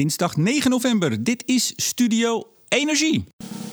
dinsdag 9 november. Dit is Studio Energie.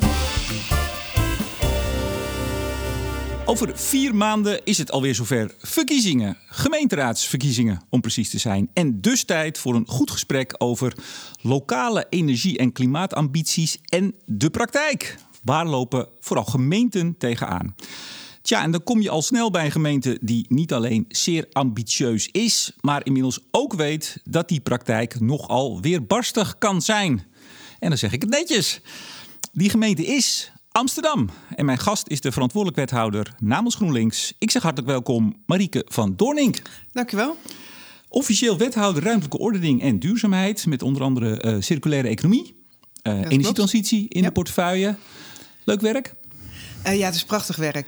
Over 4 maanden is het alweer zover. Verkiezingen, gemeenteraadsverkiezingen om precies te zijn. En dus tijd voor een goed gesprek over lokale energie- en klimaatambities en de praktijk. Waar lopen vooral gemeenten tegenaan? Tja, en dan kom je al snel bij een gemeente die niet alleen zeer ambitieus is, maar inmiddels ook weet dat die praktijk nogal weerbarstig kan zijn. En dan zeg ik het netjes. Die gemeente is Amsterdam. En mijn gast is de verantwoordelijk wethouder namens GroenLinks. Ik zeg hartelijk welkom, Marieke van Doornink. Dankjewel. Officieel wethouder ruimtelijke ordening en duurzaamheid, met onder andere circulaire economie, energietransitie in de portefeuille. Leuk werk? Ja, het is prachtig werk.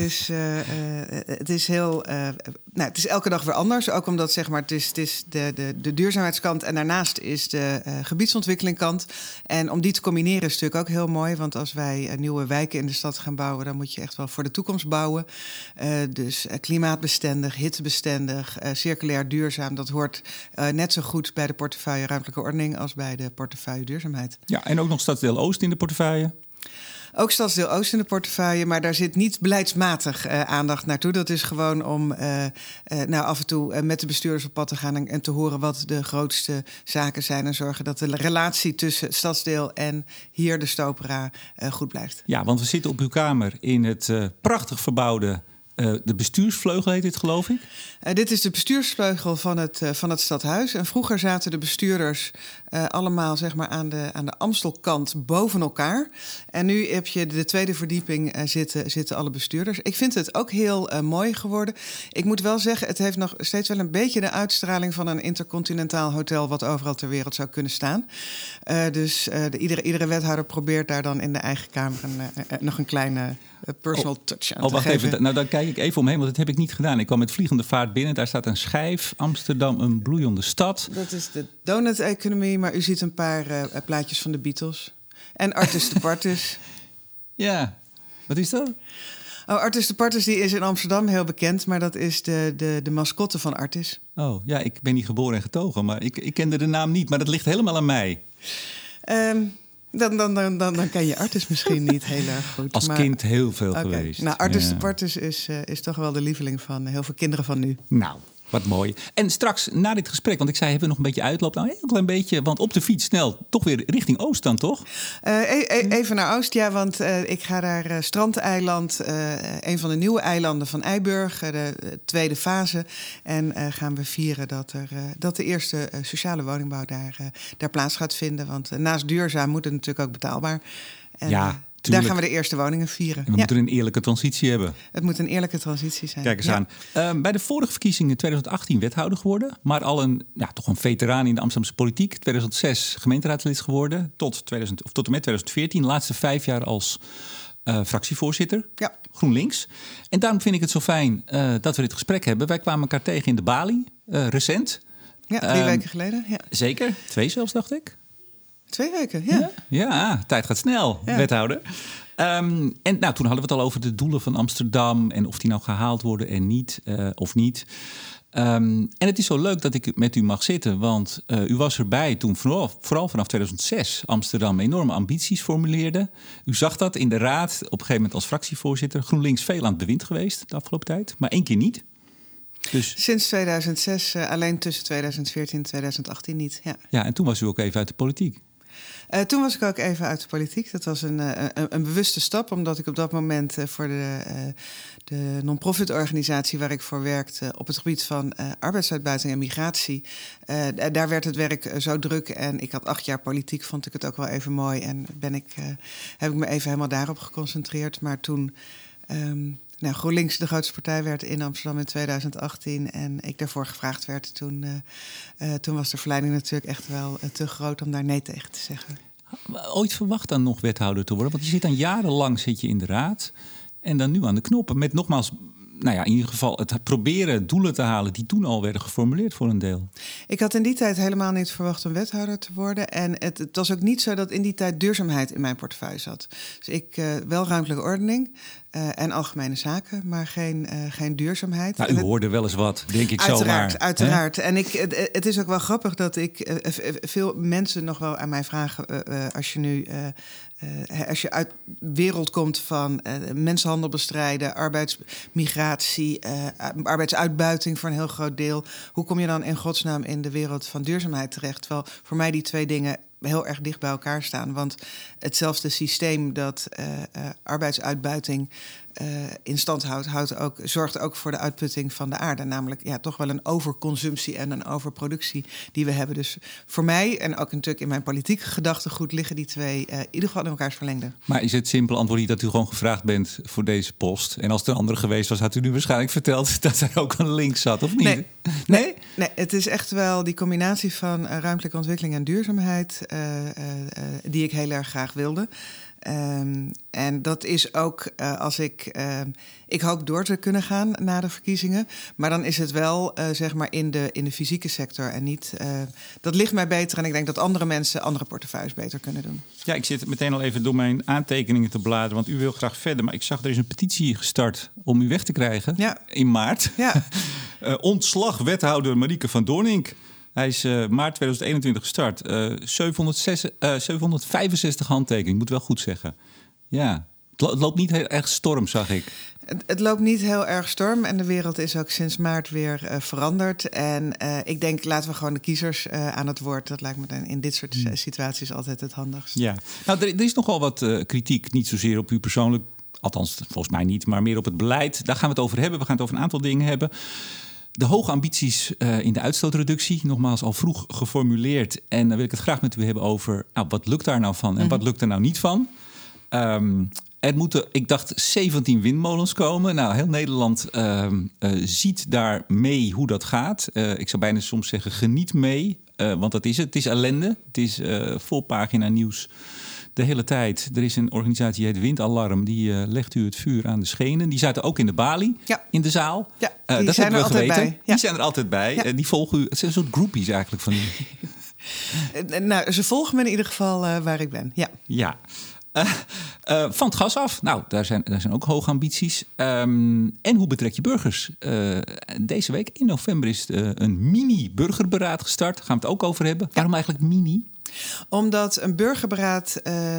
Het is heel. Het is elke dag weer anders. Ook omdat zeg maar, het is de duurzaamheidskant en daarnaast is de gebiedsontwikkelingkant. En om die te combineren is natuurlijk ook heel mooi. Want als wij nieuwe wijken in de stad gaan bouwen, dan moet je echt wel voor de toekomst bouwen. Dus klimaatbestendig, hittebestendig, circulair duurzaam. Dat hoort net zo goed bij de portefeuille ruimtelijke ordening als bij de portefeuille duurzaamheid. Ja, en ook nog Stadsdeel Oost in de portefeuille. Ook Stadsdeel Oost in de portefeuille, maar daar zit niet beleidsmatig aandacht naartoe. Dat is gewoon om af en toe met de bestuurders op pad te gaan en te horen wat de grootste zaken zijn. En zorgen dat de relatie tussen het stadsdeel en hier de Stopera goed blijft. Ja, want we zitten op uw kamer in het prachtig verbouwde de bestuursvleugel heet dit, geloof ik? Dit is de bestuursvleugel van het stadhuis. En vroeger zaten de bestuurders allemaal zeg maar, aan de Amstelkant boven elkaar. En nu heb je de tweede verdieping zitten alle bestuurders. Ik vind het ook heel mooi geworden. Ik moet wel zeggen, het heeft nog steeds wel een beetje de uitstraling van een intercontinentaal hotel wat overal ter wereld zou kunnen staan. Dus iedere wethouder probeert daar dan in de eigen kamer nog een kleine personal touch aan te geven. Even, nou, dan kijk ik even omheen, want dat heb ik niet gedaan. Ik kwam met vliegende vaart binnen. Daar staat een schijf. Amsterdam, een bloeiende stad. Dat is de donut-economie, maar u ziet een paar plaatjes van de Beatles. En Artis de Partis. Ja, wat is dat? Oh, Artis de Partis die is in Amsterdam heel bekend, maar dat is de mascotte van Artis. Oh, ja, ik ben niet geboren en getogen, maar ik kende de naam niet. Maar dat ligt helemaal aan mij. Dan ken je Artis misschien niet heel erg goed. Als kind heel veel geweest. Nou, Artis de Partis is toch wel de lieveling van heel veel kinderen van nu. Nou, wat mooi. En straks na dit gesprek, want ik zei, hebben we nog een beetje uitloop? Nou, een heel klein beetje, want op de fiets snel toch weer richting Oost dan, toch? Even naar Oost, ja, want ik ga daar Strandeiland, een van de nieuwe eilanden van Eiburg, de tweede fase. En gaan we vieren dat de eerste sociale woningbouw daar plaats gaat vinden. Want naast duurzaam moet het natuurlijk ook betaalbaar. En, ja. Daar gaan we de eerste woningen vieren. En we moeten een eerlijke transitie hebben. Het moet een eerlijke transitie zijn. Kijk eens aan. Bij de vorige verkiezingen in 2018 wethouder geworden. Maar al toch een veteraan in de Amsterdamse politiek. 2006 gemeenteraadslid geworden. Tot en met 2014. De laatste 5 jaar als fractievoorzitter. Ja. GroenLinks. En daarom vind ik het zo fijn dat we dit gesprek hebben. Wij kwamen elkaar tegen in de Bali. Recent. Ja, 3 weken geleden. Ja. Zeker. 2 zelfs, dacht ik. 2 weken, ja. Ja, tijd gaat snel, wethouder. En toen hadden we het al over de doelen van Amsterdam en of die nou gehaald worden en niet, of niet. En het is zo leuk dat ik met u mag zitten, want u was erbij toen vooral vanaf 2006 Amsterdam enorme ambities formuleerde. U zag dat in de raad, op een gegeven moment als fractievoorzitter. GroenLinks veel aan het bewind geweest de afgelopen tijd, maar 1 keer niet. Dus sinds 2006, alleen tussen 2014 en 2018 niet. Ja, en toen was u ook even uit de politiek. Toen was ik ook even uit de politiek. Dat was een bewuste stap, omdat ik op dat moment voor de non-profit organisatie waar ik voor werkte op het gebied van arbeidsuitbuiting en migratie, daar werd het werk zo druk en ik had 8 jaar politiek, vond ik het ook wel even mooi en heb ik me even helemaal daarop geconcentreerd. Maar toen GroenLinks de grootste partij werd in Amsterdam in 2018 en ik daarvoor gevraagd werd, toen was de verleiding natuurlijk echt wel te groot om daar nee tegen te zeggen. Ooit verwacht dan nog wethouder te worden? Want je zit dan jarenlang in de raad en dan nu aan de knoppen met nogmaals nou ja, in ieder geval het proberen doelen te halen die toen al werden geformuleerd voor een deel. Ik had in die tijd helemaal niet verwacht om wethouder te worden. En het was ook niet zo dat in die tijd duurzaamheid in mijn portefeuille zat. Dus ik wel ruimtelijke ordening en algemene zaken, maar geen duurzaamheid. Nou, u hoorde wel eens wat, denk ik zomaar. Uiteraard. En het is ook wel grappig dat ik veel mensen nog wel aan mij vragen, als je uit de wereld komt van mensenhandel bestrijden, arbeidsmigratie, arbeidsuitbuiting voor een heel groot deel, hoe kom je dan in godsnaam in de wereld van duurzaamheid terecht? Terwijl voor mij die twee dingen heel erg dicht bij elkaar staan. Want hetzelfde systeem dat arbeidsuitbuiting in stand houdt, zorgt ook voor de uitputting van de aarde. Namelijk toch wel een overconsumptie en een overproductie die we hebben. Dus voor mij, en ook natuurlijk in mijn politieke gedachtegoed, liggen die twee in ieder geval in elkaars verlengde. Maar is het simpel antwoord niet dat u gewoon gevraagd bent voor deze post? En als het een andere geweest was, had u nu waarschijnlijk verteld dat er ook een link zat, of niet? Nee, het is echt wel die combinatie van ruimtelijke ontwikkeling en duurzaamheid die ik heel erg graag wilde. En dat is ook als ik hoop door te kunnen gaan na de verkiezingen. Maar dan is het wel zeg maar in de fysieke sector en niet. Dat ligt mij beter en ik denk dat andere mensen andere portefeuilles beter kunnen doen. Ja, ik zit meteen al even door mijn aantekeningen te bladeren, want u wil graag verder. Maar ik zag er is een petitie gestart om u weg te krijgen in maart. Ja. Ontslag wethouder Marieke van Doornink. Hij is maart 2021 gestart. 765 handtekeningen, moet wel goed zeggen. Ja, het loopt niet heel erg storm, zag ik. Het loopt niet heel erg storm en de wereld is ook sinds maart weer veranderd. En ik denk, laten we gewoon de kiezers aan het woord. Dat lijkt me dan in dit soort situaties altijd het handigst. Ja, nou, er is nogal wat kritiek, niet zozeer op u persoonlijk. Althans, volgens mij niet, maar meer op het beleid. Daar gaan we het over hebben. We gaan het over een aantal dingen hebben. De hoge ambities in de uitstootreductie, nogmaals al vroeg geformuleerd. En dan wil ik het graag met u hebben over wat lukt daar nou van en wat lukt er nou niet van. Er moeten, ik dacht, 17 windmolens komen. Nou, heel Nederland ziet daar mee hoe dat gaat. Ik zou bijna soms zeggen, geniet mee. Want dat is het. Het is ellende. Het is voorpagina nieuws. De hele tijd. Er is een organisatie die heet Windalarm. Die legt u het vuur aan de schenen. Die zaten ook in de balie, in de zaal. Ja, die dat zijn hebben we er altijd geweten. bij. Ja. Die zijn er altijd bij. Die volgen u. Het zijn een soort groupies eigenlijk van u. Nou, ze volgen me in ieder geval waar ik ben. Ja. Van het gas af. Nou, daar zijn ook hoge ambities. En hoe betrek je burgers? Deze week in november is een mini-burgerberaad gestart. Daar gaan we het ook over hebben. Waarom eigenlijk mini? Omdat een burgerberaad,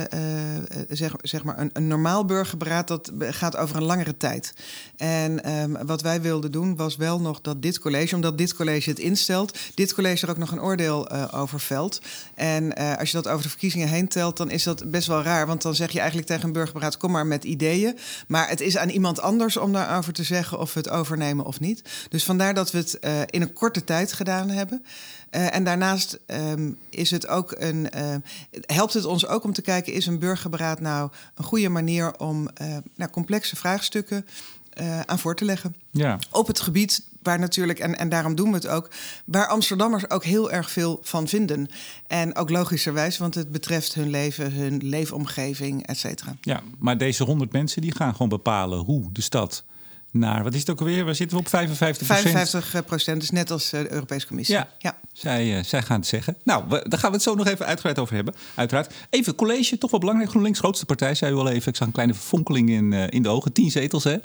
zeg maar een normaal burgerberaad, dat gaat over een langere tijd. En wat wij wilden doen was wel nog dat dit college, omdat dit college het instelt, dit college er ook nog een oordeel over velt. En als je dat over de verkiezingen heen telt, dan is dat best wel raar. Want dan zeg je eigenlijk tegen een burgerberaad, kom maar met ideeën. Maar het is aan iemand anders om daarover te zeggen of we het overnemen of niet. Dus vandaar dat we het in een korte tijd gedaan hebben. En daarnaast is het ook helpt het ons ook om te kijken, is een burgerberaad nou een goede manier om complexe vraagstukken aan voor te leggen. Ja. Op het gebied waar natuurlijk, en daarom doen we het ook, waar Amsterdammers ook heel erg veel van vinden. En ook logischerwijs, want het betreft hun leven, hun leefomgeving, et cetera. Ja, maar deze 100 mensen die gaan gewoon bepalen hoe de stad naar, wat is het ook alweer? Waar zitten we op? 55%, dus net als de Europese Commissie. Ja. Zij gaan het zeggen. Nou, daar gaan we het zo nog even uitgebreid over hebben, uiteraard. Even college, toch wel belangrijk. GroenLinks, grootste partij, zei u al even. Ik zag een kleine fonkeling in de ogen. 10 zetels, hè?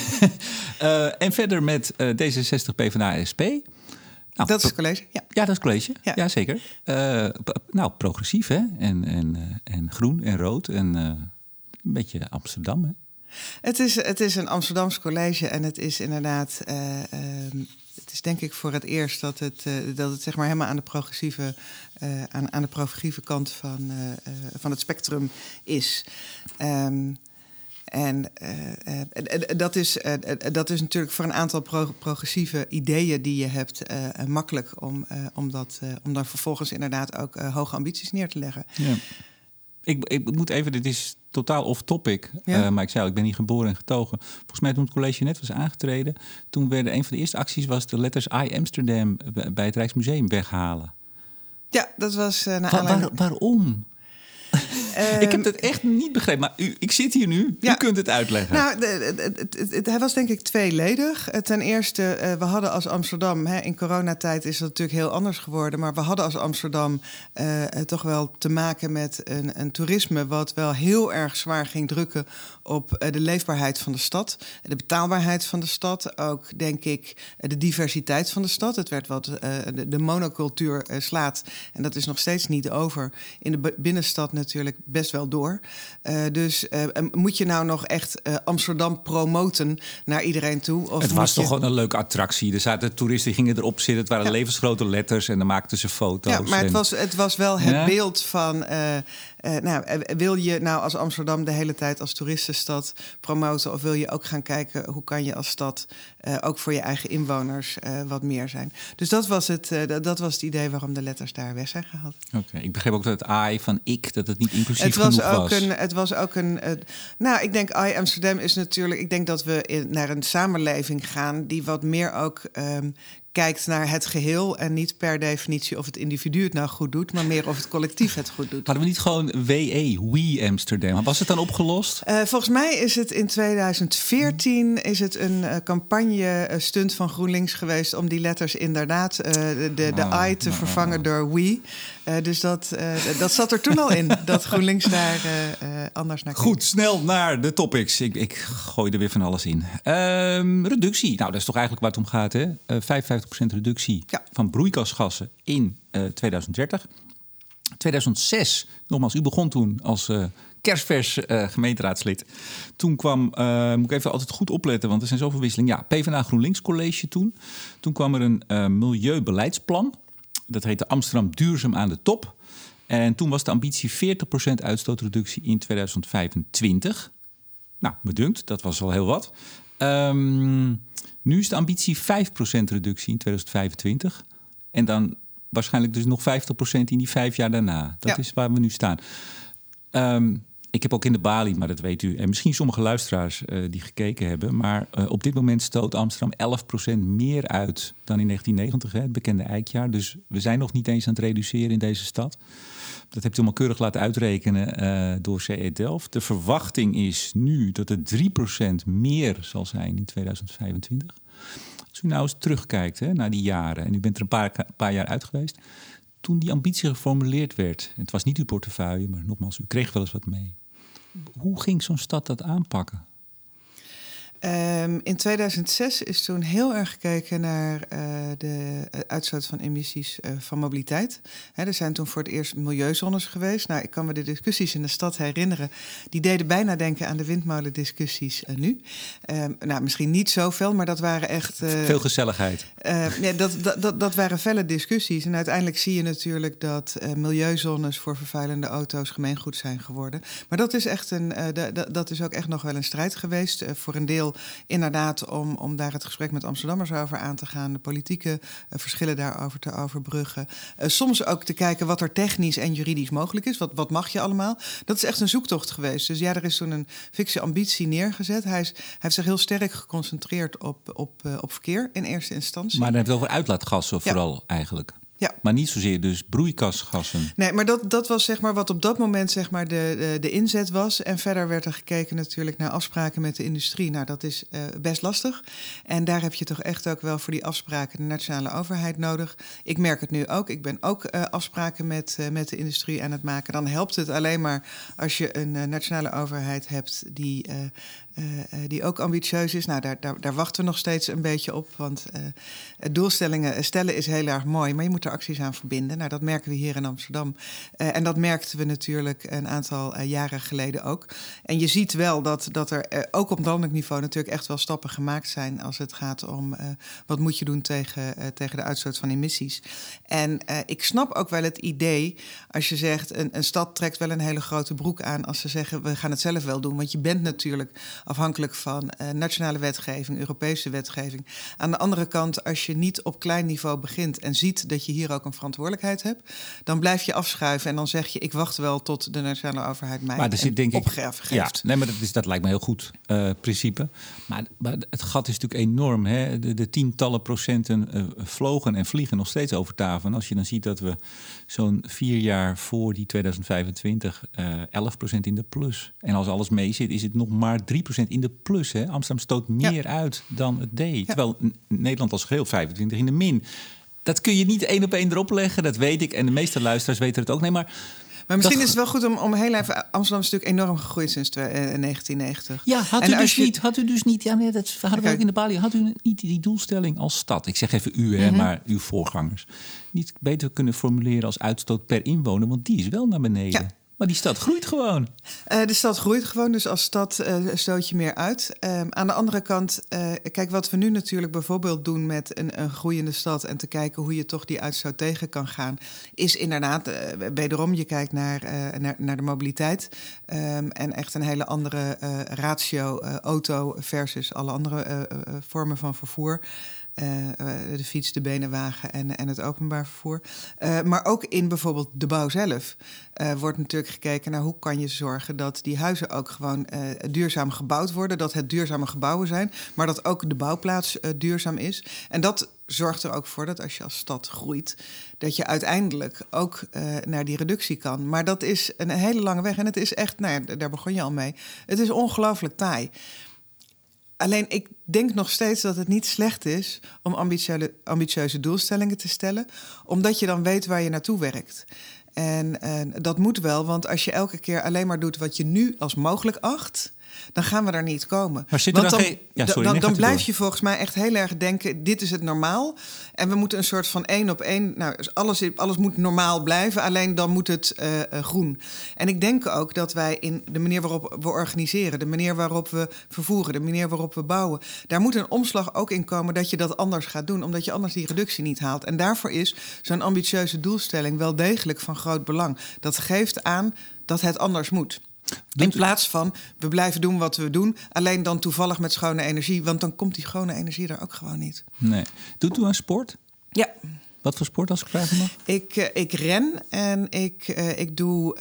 En verder met D66, PvdA, SP. Nou, dat is het college, ja. Ja, dat is het college. Ja, zeker. Progressief, hè? En groen en rood en een beetje Amsterdam, hè? Het is een Amsterdams college en het is inderdaad, het is denk ik voor het eerst dat het zeg maar helemaal aan de progressieve kant van het spectrum is. Dat is natuurlijk voor een aantal progressieve ideeën die je hebt makkelijk om dan vervolgens inderdaad ook hoge ambities neer te leggen. Ja. Ik moet even, dit is totaal off-topic, maar ik zei al, ik ben hier geboren en getogen. Volgens mij toen het college net was aangetreden, toen werden een van de eerste acties was de letters I Amsterdam bij het Rijksmuseum weghalen. Ja, dat was waarom? Ik heb het echt niet begrepen, maar ik zit hier nu. U kunt het uitleggen. Nou, hij was denk ik tweeledig. Ten eerste, we hadden als Amsterdam... in coronatijd is het natuurlijk heel anders geworden... maar we hadden als Amsterdam toch wel te maken met een toerisme... wat wel heel erg zwaar ging drukken op de leefbaarheid van de stad. De betaalbaarheid van de stad. Ook, denk ik, de diversiteit van de stad. Het werd wat de monocultuur slaat. En dat is nog steeds niet over. In de binnenstad natuurlijk best wel door. Dus moet je nou nog echt Amsterdam promoten naar iedereen toe? Of het was toch gewoon een leuke attractie. Er zaten toeristen, die gingen erop zitten. Het waren levensgrote letters en dan maakten ze foto's. Ja, maar het was wel het beeld van... wil je nou als Amsterdam de hele tijd als toeristenstad promoten... of wil je ook gaan kijken hoe kan je als stad ook voor je eigen inwoners wat meer zijn? Dus dat was het idee waarom de letters daar weg zijn gehaald. Oké, ik begreep ook dat het AI van ik, dat het niet inclusief genoeg was. Het was ook een... ik denk AI Amsterdam is natuurlijk... Ik denk dat we naar een samenleving gaan die wat meer ook... kijkt naar het geheel en niet per definitie of het individu het nou goed doet... maar meer of het collectief het goed doet. Hadden we niet gewoon We Amsterdam? Was het dan opgelost? Volgens mij is het in 2014 is het een campagne-stunt van GroenLinks geweest... om die letters inderdaad, de I te vervangen door We. Dus dat zat er toen al in, dat GroenLinks daar anders naar kijkt. Goed, snel naar de topics. Ik gooi er weer van alles in. Reductie, nou dat is toch eigenlijk waar het om gaat, hè? 55% reductie van broeikasgassen in 2030. 2006, nogmaals, u begon toen als kerstvers gemeenteraadslid. Toen kwam, moet ik even altijd goed opletten, want er zijn zoveel wisselingen. Ja, PvdA GroenLinks College toen. Toen kwam er een milieubeleidsplan. Dat heette Amsterdam Duurzaam aan de Top. En toen was de ambitie 40% uitstootreductie in 2025. Nou, me dunkt, dat was al heel wat. Nu is de ambitie 5% reductie in 2025. En dan waarschijnlijk dus nog 50% in die 5 jaar daarna. Dat is waar we nu staan. Ik heb ook in de balie, maar dat weet u... en misschien sommige luisteraars die gekeken hebben... maar op dit moment stoot Amsterdam 11% meer uit dan in 1990, het bekende eikjaar. Dus we zijn nog niet eens aan het reduceren in deze stad. Dat hebt u allemaal keurig laten uitrekenen door CE Delft. De verwachting is nu dat het 3% meer zal zijn in 2025. Als u nou eens terugkijkt naar die jaren... en u bent er een paar jaar uit geweest... toen die ambitie geformuleerd werd... het was niet uw portefeuille, maar nogmaals, u kreeg wel eens wat mee. Hoe ging zo'n stad dat aanpakken? In 2006 is toen heel erg gekeken naar de uitstoot van emissies van mobiliteit. Er zijn toen voor het eerst milieuzones geweest. Nou, ik kan me de discussies in de stad herinneren. Die deden bijna denken aan de windmolendiscussies nu. Misschien niet zoveel, maar dat waren echt... Veel gezelligheid. Dat waren felle discussies. En uiteindelijk zie je natuurlijk dat milieuzones voor vervuilende auto's gemeengoed zijn geworden. Maar dat is echt dat is ook echt nog wel een strijd geweest. Voor een deel inderdaad om daar het gesprek met Amsterdammers over aan te gaan. De politieke verschillen daarover te overbruggen. Soms ook te kijken wat er technisch en juridisch mogelijk is. Wat mag je allemaal? Dat is echt een zoektocht geweest. Dus ja, er is toen een fikse ambitie neergezet. Hij heeft zich heel sterk geconcentreerd op verkeer in eerste instantie. Maar dan hebben we het over uitlaatgassen vooral eigenlijk. Ja. Maar niet zozeer dus broeikasgassen. Nee, maar dat was zeg maar wat op dat moment zeg maar de inzet was. En verder werd er gekeken natuurlijk naar afspraken met de industrie. Nou, dat is best lastig. En daar heb je toch echt ook wel voor die afspraken de nationale overheid nodig. Ik merk het nu ook. Ik ben ook afspraken met de industrie aan het maken. Dan helpt het alleen maar als je een nationale overheid hebt die ook ambitieus is. Nou, daar wachten we nog steeds een beetje op. Want doelstellingen stellen is heel erg mooi, maar je moet er acties aan verbinden. Nou, dat merken we hier in Amsterdam. En dat merkten we natuurlijk een aantal jaren geleden ook. En je ziet wel dat er ook op landelijk niveau natuurlijk echt wel stappen gemaakt zijn als het gaat om wat moet je doen tegen de uitstoot van emissies. En ik snap ook wel het idee als je zegt een stad trekt wel een hele grote broek aan als ze zeggen we gaan het zelf wel doen. Want je bent natuurlijk afhankelijk van nationale wetgeving, Europese wetgeving. Aan de andere kant, als je niet op klein niveau begint en ziet dat je hier ook een verantwoordelijkheid hebt, dan blijf je afschuiven en dan zeg je, ik wacht wel tot de nationale overheid mij een opgave geeft. Ja, nee, maar dat lijkt me heel goed principe. Maar het gat is natuurlijk enorm. Hè? De tientallen procenten vlogen en vliegen nog steeds over tafel. En als je dan ziet dat we zo'n 4 jaar voor die 2025 11% in de plus. En als alles mee zit, is het nog maar 3% in de plus. Hè? Amsterdam stoot meer uit dan het deed. Ja. Terwijl Nederland als geheel 25 in de min. Dat kun je niet 1 op 1 erop leggen, dat weet ik. En de meeste luisteraars weten het ook. Nee, maar misschien is het wel goed om heel even... Amsterdam is natuurlijk enorm gegroeid sinds 1990. Ja, had u dus niet... Ja, nee, dat hadden we ook in de balie. Had u niet die doelstelling als stad? Ik zeg even u, maar uw voorgangers. Niet beter kunnen formuleren als uitstoot per inwoner, want die is wel naar beneden. Ja. Maar die stad groeit gewoon. De stad groeit gewoon, dus als stad stoot je meer uit. Aan de andere kant, kijk, wat we nu natuurlijk bijvoorbeeld doen met een groeiende stad en te kijken hoe je toch die uitstoot tegen kan gaan, is inderdaad, wederom, je kijkt naar de mobiliteit en echt een hele andere ratio auto versus alle andere vormen van vervoer. De fiets, de benenwagen en het openbaar vervoer. Maar ook in bijvoorbeeld de bouw zelf wordt natuurlijk gekeken naar hoe kan je zorgen dat die huizen ook gewoon duurzaam gebouwd worden. Dat het duurzame gebouwen zijn, maar dat ook de bouwplaats duurzaam is. En dat zorgt er ook voor dat als je als stad groeit, dat je uiteindelijk ook naar die reductie kan. Maar dat is een hele lange weg en het is echt, nou ja, daar begon je al mee. Het is ongelooflijk taai. Alleen ik denk nog steeds dat het niet slecht is om ambitieuze doelstellingen te stellen, omdat je dan weet waar je naartoe werkt. En dat moet wel, want als je elke keer alleen maar doet wat je nu als mogelijk acht, dan gaan we daar niet komen. Maar zit er dan blijf je volgens mij echt heel erg denken, dit is het normaal. En we moeten een soort van 1 op 1... Nou, alles moet normaal blijven, alleen dan moet het groen. En ik denk ook dat wij in de manier waarop we organiseren, de manier waarop we vervoeren, de manier waarop we bouwen, daar moet een omslag ook in komen dat je dat anders gaat doen, omdat je anders die reductie niet haalt. En daarvoor is zo'n ambitieuze doelstelling wel degelijk van groot belang. Dat geeft aan dat het anders moet. In plaats van, we blijven doen wat we doen, alleen dan toevallig met schone energie, want dan komt die schone energie er ook gewoon niet. Nee. Doet u aan sport? Ja. Wat voor sport, als ik vragen mag? Ik ren en ik doe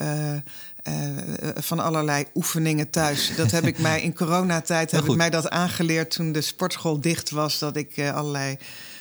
van allerlei oefeningen thuis. Dat heb ik mij in coronatijd heb ik mij dat aangeleerd toen de sportschool dicht was, dat ik allerlei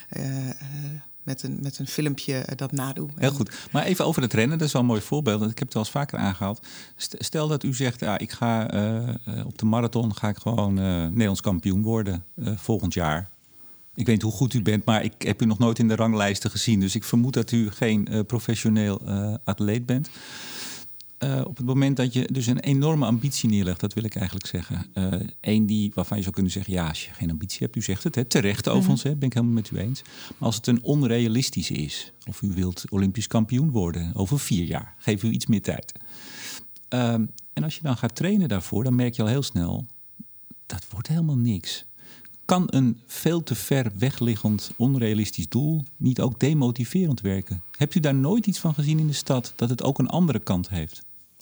met een filmpje dat nadoe. Heel goed. Maar even over het rennen, dat is wel een mooi voorbeeld. Ik heb het wel eens vaker aangehaald. Stel dat u zegt, ik ga op de marathon ga ik gewoon Nederlands kampioen worden volgend jaar. Ik weet niet hoe goed u bent, maar ik heb u nog nooit in de ranglijsten gezien. Dus ik vermoed dat u geen professioneel atleet bent. Op het moment dat je dus een enorme ambitie neerlegt, dat wil ik eigenlijk zeggen. Eén waarvan je zou kunnen zeggen, ja, als je geen ambitie hebt, u zegt het, hè, terecht overigens, ben ik helemaal met u eens. Maar als het een onrealistische is, of u wilt Olympisch kampioen worden over 4 jaar, geef u iets meer tijd. En als je dan gaat trainen daarvoor, dan merk je al heel snel, dat wordt helemaal niks. Kan een veel te ver wegliggend onrealistisch doel niet ook demotiverend werken? Hebt u daar nooit iets van gezien in de stad, dat het ook een andere kant heeft?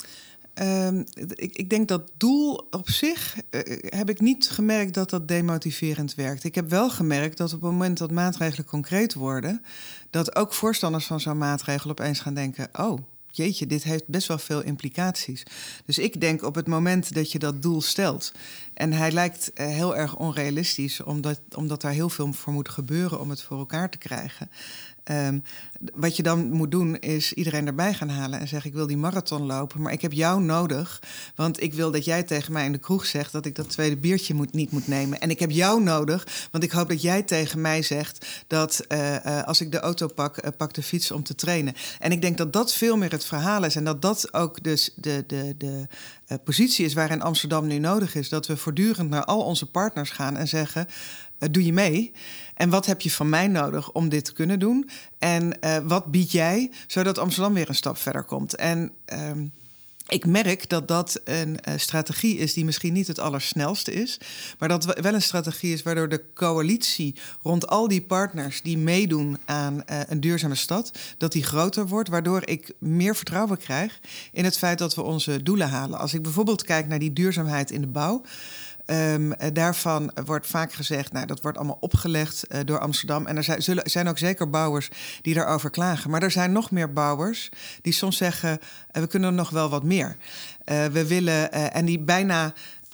Ik denk dat doel op zich heb ik niet gemerkt dat dat demotiverend werkt. Ik heb wel gemerkt dat op het moment dat maatregelen concreet worden, dat ook voorstanders van zo'n maatregel opeens gaan denken, oh, jeetje, dit heeft best wel veel implicaties. Dus ik denk op het moment dat je dat doel stelt, en hij lijkt heel erg onrealistisch, omdat daar heel veel voor moet gebeuren om het voor elkaar te krijgen. Wat je dan moet doen is iedereen erbij gaan halen en zeggen, ik wil die marathon lopen, maar ik heb jou nodig, want ik wil dat jij tegen mij in de kroeg zegt dat ik dat tweede biertje niet moet nemen. En ik heb jou nodig, want ik hoop dat jij tegen mij zegt dat als ik de auto pak de fiets om te trainen. En ik denk dat dat veel meer het verhaal is en dat dat ook dus de positie is waarin Amsterdam nu nodig is. Dat we voortdurend naar al onze partners gaan en zeggen, doe je mee? En wat heb je van mij nodig om dit te kunnen doen? En wat bied jij, zodat Amsterdam weer een stap verder komt? En ik merk dat dat een strategie is die misschien niet het allersnelste is, maar dat wel een strategie is waardoor de coalitie rond al die partners die meedoen aan een duurzame stad, dat die groter wordt, waardoor ik meer vertrouwen krijg in het feit dat we onze doelen halen. Als ik bijvoorbeeld kijk naar die duurzaamheid in de bouw, Daarvan wordt vaak gezegd, nou, dat wordt allemaal opgelegd door Amsterdam. En er zijn ook zeker bouwers die daarover klagen. Maar er zijn nog meer bouwers die soms zeggen, we kunnen nog wel wat meer. We willen, en die bijna...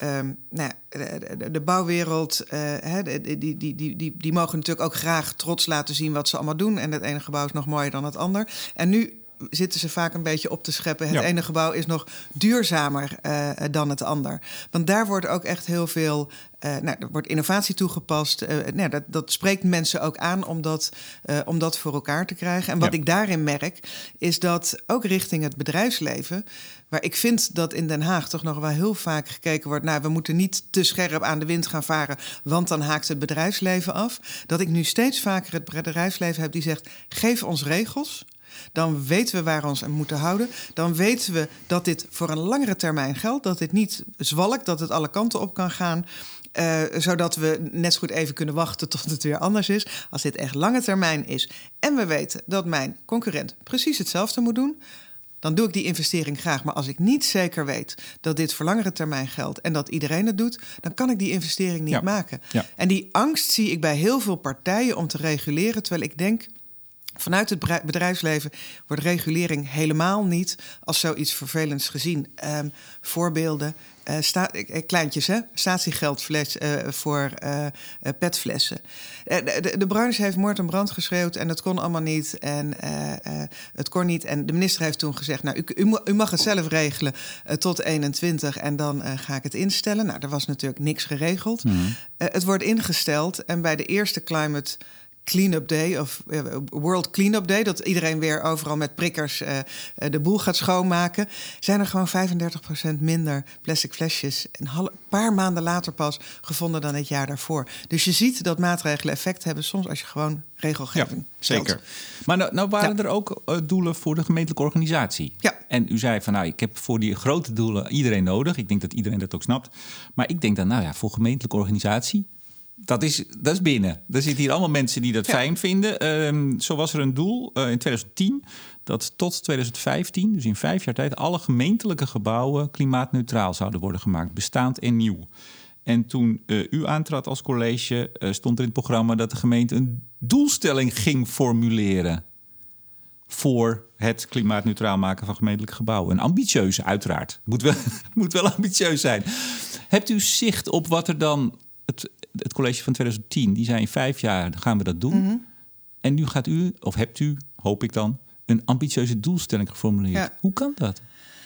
de bouwwereld, die mogen natuurlijk ook graag trots laten zien wat ze allemaal doen. En het ene gebouw is nog mooier dan het ander. En nu zitten ze vaak een beetje op te scheppen. Het ene gebouw is nog duurzamer dan het ander. Want daar wordt ook echt heel veel... er wordt innovatie toegepast. Dat spreekt mensen ook aan om dat voor elkaar te krijgen. En wat ik daarin merk, is dat ook richting het bedrijfsleven... waar ik vind dat in Den Haag toch nog wel heel vaak gekeken wordt... nou, we moeten niet te scherp aan de wind gaan varen... want dan haakt het bedrijfsleven af. Dat ik nu steeds vaker het bedrijfsleven heb die zegt... geef ons regels... Dan weten we waar we ons aan moeten houden. Dan weten we dat dit voor een langere termijn geldt. Dat dit niet zwalkt, dat het alle kanten op kan gaan. Zodat we net zo goed even kunnen wachten tot het weer anders is. Als dit echt lange termijn is en we weten dat mijn concurrent precies hetzelfde moet doen... dan doe ik die investering graag. Maar als ik niet zeker weet dat dit voor langere termijn geldt... en dat iedereen het doet, dan kan ik die investering niet maken. Ja. En die angst zie ik bij heel veel partijen om te reguleren... terwijl ik denk... vanuit het bedrijfsleven wordt regulering helemaal niet als zoiets vervelends gezien. Voorbeelden, kleintjes, hè? Statiegeldfles voor petflessen. De branche heeft moord en brand geschreeuwd en het kon allemaal niet. En het kon niet. En de minister heeft toen gezegd, nou, u mag het zelf regelen tot 21 en dan ga ik het instellen. Nou, er was natuurlijk niks geregeld. Mm-hmm. Het wordt ingesteld en bij de eerste climate... Clean-up Day of World Clean-up Day... dat iedereen weer overal met prikkers de boel gaat schoonmaken... zijn er gewoon 35% minder plastic flesjes... een paar maanden later pas gevonden dan het jaar daarvoor. Dus je ziet dat maatregelen effect hebben... soms als je gewoon regelgeving stelt. Zeker. Maar nou waren er ook doelen voor de gemeentelijke organisatie. Ja. En u zei van, nou, ik heb voor die grote doelen iedereen nodig. Ik denk dat iedereen dat ook snapt. Maar ik denk dan, nou ja, voor gemeentelijke organisatie... Dat is binnen. Er zitten hier allemaal mensen die dat fijn vinden. Zo was er een doel in 2010 dat tot 2015, dus in 5 jaar tijd... alle gemeentelijke gebouwen klimaatneutraal zouden worden gemaakt, bestaand en nieuw. En toen u aantrad als college, stond er in het programma... dat de gemeente een doelstelling ging formuleren... voor het klimaatneutraal maken van gemeentelijke gebouwen. Een ambitieuze, uiteraard. Moet wel ambitieus zijn. Hebt u zicht op wat er dan... Het college van 2010, die zei in 5 jaar gaan we dat doen. Mm-hmm. En nu gaat u, of hebt u, hoop ik dan... een ambitieuze doelstelling geformuleerd. Ja. Hoe kan dat?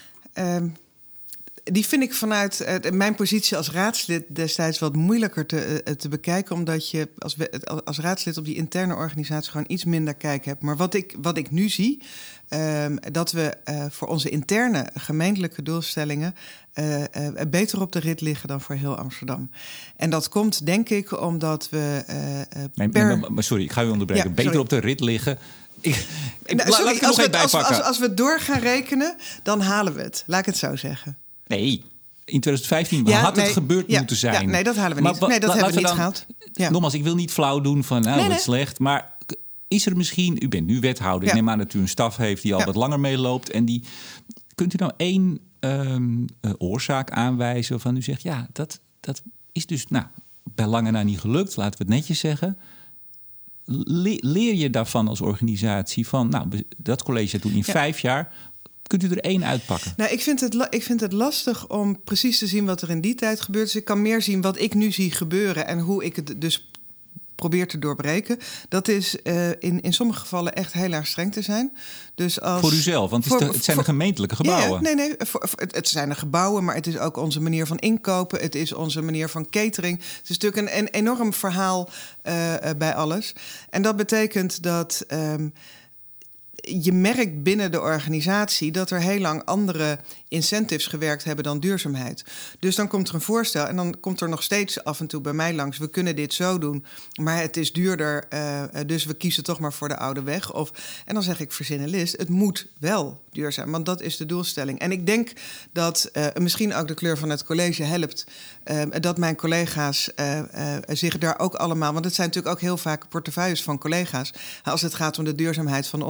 Die vind ik vanuit mijn positie als raadslid destijds wat moeilijker te bekijken... omdat je als raadslid op die interne organisatie gewoon iets minder kijk hebt. Maar wat ik nu zie, dat we voor onze interne gemeentelijke doelstellingen... beter op de rit liggen dan voor heel Amsterdam. En dat komt, denk ik, omdat we maar sorry, ik ga u onderbreken. Ja, beter op de rit liggen... Laat ik er nog even bijpakken. Als we door gaan rekenen, dan halen we het. Laat ik het zo zeggen. Nee, in 2015 had het gebeurd moeten zijn. Ja, nee, dat halen we niet. Nee, dat hebben we niet gehaald. Ja. Nogmaals, ik wil niet flauw doen van wat slecht. Maar is er misschien... U bent nu wethouder. Ik neem aan dat u een staf heeft die al wat langer meeloopt. En die... Kunt u nou één oorzaak aanwijzen waarvan u zegt... ja, dat is dus bij lange na niet gelukt. Laten we het netjes zeggen. Leer je daarvan als organisatie van... nou, dat college toen in 5 jaar... Kunt u er 1 uitpakken? Nou, ik vind het lastig om precies te zien wat er in die tijd gebeurt. Dus ik kan meer zien wat ik nu zie gebeuren... en hoe ik het dus probeer te doorbreken. Dat is in sommige gevallen echt heel erg streng te zijn. Dus voor uzelf, want het zijn de gemeentelijke gebouwen. Ja, nee, het zijn de gebouwen, maar het is ook onze manier van inkopen. Het is onze manier van catering. Het is natuurlijk een enorm verhaal bij alles. En dat betekent dat... je merkt binnen de organisatie dat er heel lang andere incentives gewerkt hebben dan duurzaamheid. Dus dan komt er een voorstel en dan komt er nog steeds af en toe bij mij langs... we kunnen dit zo doen, maar het is duurder... dus we kiezen toch maar voor de oude weg. En dan zeg ik, verzin een list, het moet wel duurzaam, want dat is de doelstelling. En ik denk dat misschien ook de kleur van het college helpt... dat mijn collega's zich daar ook allemaal... want het zijn natuurlijk ook heel vaak portefeuilles van collega's... als het gaat om de duurzaamheid van onderwijs...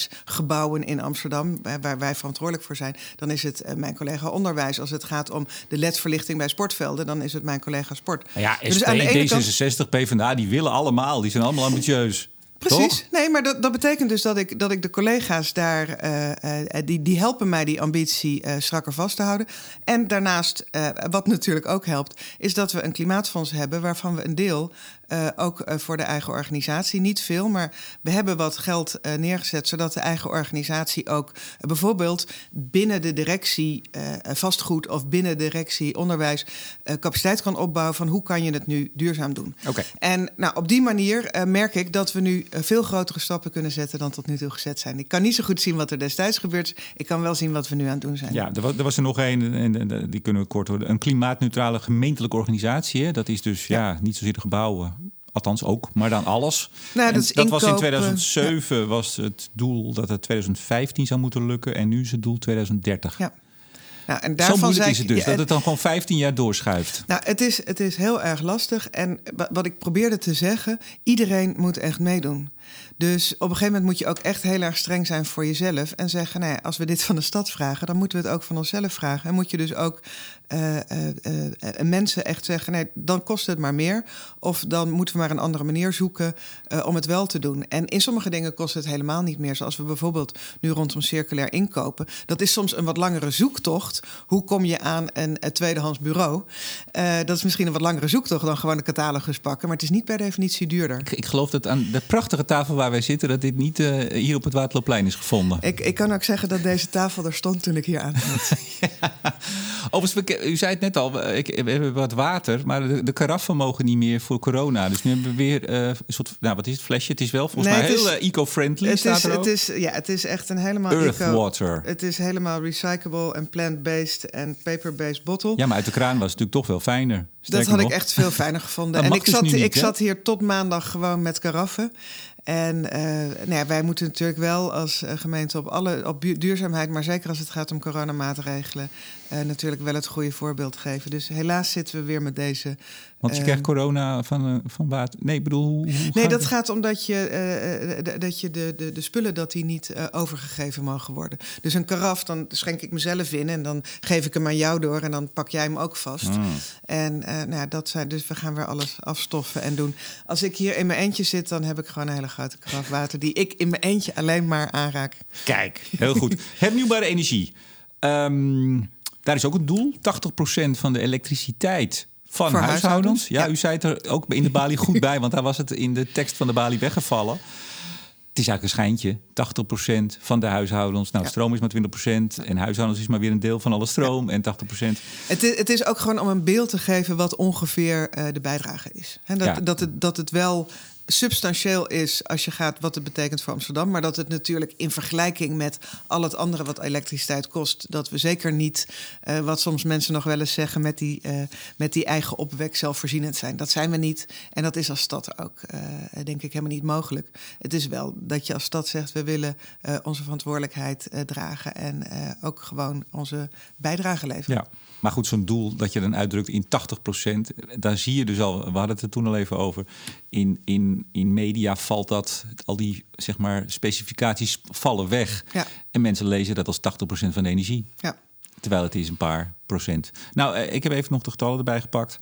overheidsgebouwen in Amsterdam, waar wij verantwoordelijk voor zijn, dan is het mijn collega onderwijs. Als het gaat om de ledverlichting bij sportvelden, dan is het mijn collega sport. Ja, SP, D66, PvdA, die willen allemaal. Die zijn allemaal ambitieus. Precies. Toch? Nee, maar dat betekent dus dat ik de collega's daar, die helpen mij die ambitie strakker vast te houden. En daarnaast, wat natuurlijk ook helpt, is dat we een klimaatfonds hebben waarvan we een deel ook voor de eigen organisatie, niet veel, maar we hebben wat geld neergezet, zodat de eigen organisatie ook bijvoorbeeld binnen de directie vastgoed of binnen de directie onderwijs capaciteit kan opbouwen van hoe kan je het nu duurzaam doen. Okay. En nou, op die manier merk ik dat we nu veel grotere stappen kunnen zetten dan tot nu toe gezet zijn. Ik kan niet zo goed zien wat er destijds gebeurd is. Ik kan wel zien wat we nu aan het doen zijn. Ja, er was er nog één, en die kunnen we kort houden. Een klimaatneutrale gemeentelijke organisatie. Hè? Dat is dus niet zozeer de gebouwen. Althans ook, maar dan alles. Nou, dat was in 2007 was het doel dat het 2015 zou moeten lukken. En nu is het doel 2030. Ja. Nou, en zo moeilijk is het dus, dat het dan gewoon 15 jaar doorschuift. Nou, het is heel erg lastig. En wat ik probeerde te zeggen, iedereen moet echt meedoen. Dus op een gegeven moment moet je ook echt heel erg streng zijn voor jezelf. En zeggen, nou ja, als we dit van de stad vragen, dan moeten we het ook van onszelf vragen. En moet je dus ook mensen echt zeggen, nee, dan kost het maar meer. Of dan moeten we maar een andere manier zoeken om het wel te doen. En in sommige dingen kost het helemaal niet meer. Zoals we bijvoorbeeld nu rondom circulair inkopen. Dat is soms een wat langere zoektocht. Hoe kom je aan een tweedehands bureau? Dat is misschien een wat langere zoektocht dan gewoon de catalogus pakken. Maar het is niet per definitie duurder. Ik geloof dat aan de prachtige tafel waar wij zitten, dat dit niet hier op het Waterloopplein is gevonden. Ik kan ook zeggen dat deze tafel er stond toen ik hier aan zat. Ja. Overigens, u zei het net al, we hebben wat water, maar de karaffen mogen niet meer voor corona. Dus nu hebben we weer een soort, nou wat is het flesje? Het is wel volgens mij heel eco-friendly. Het is echt een helemaal Earth water. Het is helemaal recyclable en plant-based en paper-based bottle. Ja, maar uit de kraan was het natuurlijk toch wel fijner. Dat had ik echt veel fijner gevonden. En ik zat hier tot maandag gewoon met karaffen. En wij moeten natuurlijk wel als gemeente op duurzaamheid, maar zeker als het gaat om coronamaatregelen, natuurlijk wel het goede voorbeeld geven. Dus helaas zitten we weer met deze. Want je krijgt corona van water. Nee, ik bedoel, hoe dat gaat om dat je de spullen dat die niet overgegeven mogen worden. Dus een karaf, dan schenk ik mezelf in en dan geef ik hem aan jou door en dan pak jij hem ook vast. En dat zijn, dus we gaan weer alles afstoffen en doen. Als ik hier in mijn eentje zit, dan heb ik gewoon een hele grote karaf water die ik in mijn eentje alleen maar aanraak. Kijk, heel goed. Hernieuwbare energie. Daar is ook een doel. 80% van de elektriciteit van huishoudens. Ja, u zei het er ook in de balie goed bij, want daar was het in de tekst van de balie weggevallen. Het is eigenlijk een schijntje. 80% van de huishoudens. Nou, stroom is maar 20%. En huishoudens is maar weer een deel van alle stroom. En 80%. Het is ook gewoon om een beeld te geven wat ongeveer de bijdrage is. En dat het wel substantieel is als je gaat wat het betekent voor Amsterdam. Maar dat het natuurlijk in vergelijking met al het andere wat elektriciteit kost, dat we zeker niet, wat soms mensen nog wel eens zeggen, met die eigen opwek zelfvoorzienend zijn. Dat zijn we niet. En dat is als stad ook, denk ik, helemaal niet mogelijk. Het is wel dat je als stad zegt, we willen onze verantwoordelijkheid dragen en ook gewoon onze bijdrage leveren. Ja. Maar goed, zo'n doel dat je dan uitdrukt in 80%, daar zie je dus al, we hadden het er toen al even over, in media valt dat, al die zeg maar specificaties vallen weg. Ja. En mensen lezen dat als 80% van de energie. Ja. Terwijl het is een paar procent. Nou, ik heb even nog de getallen erbij gepakt.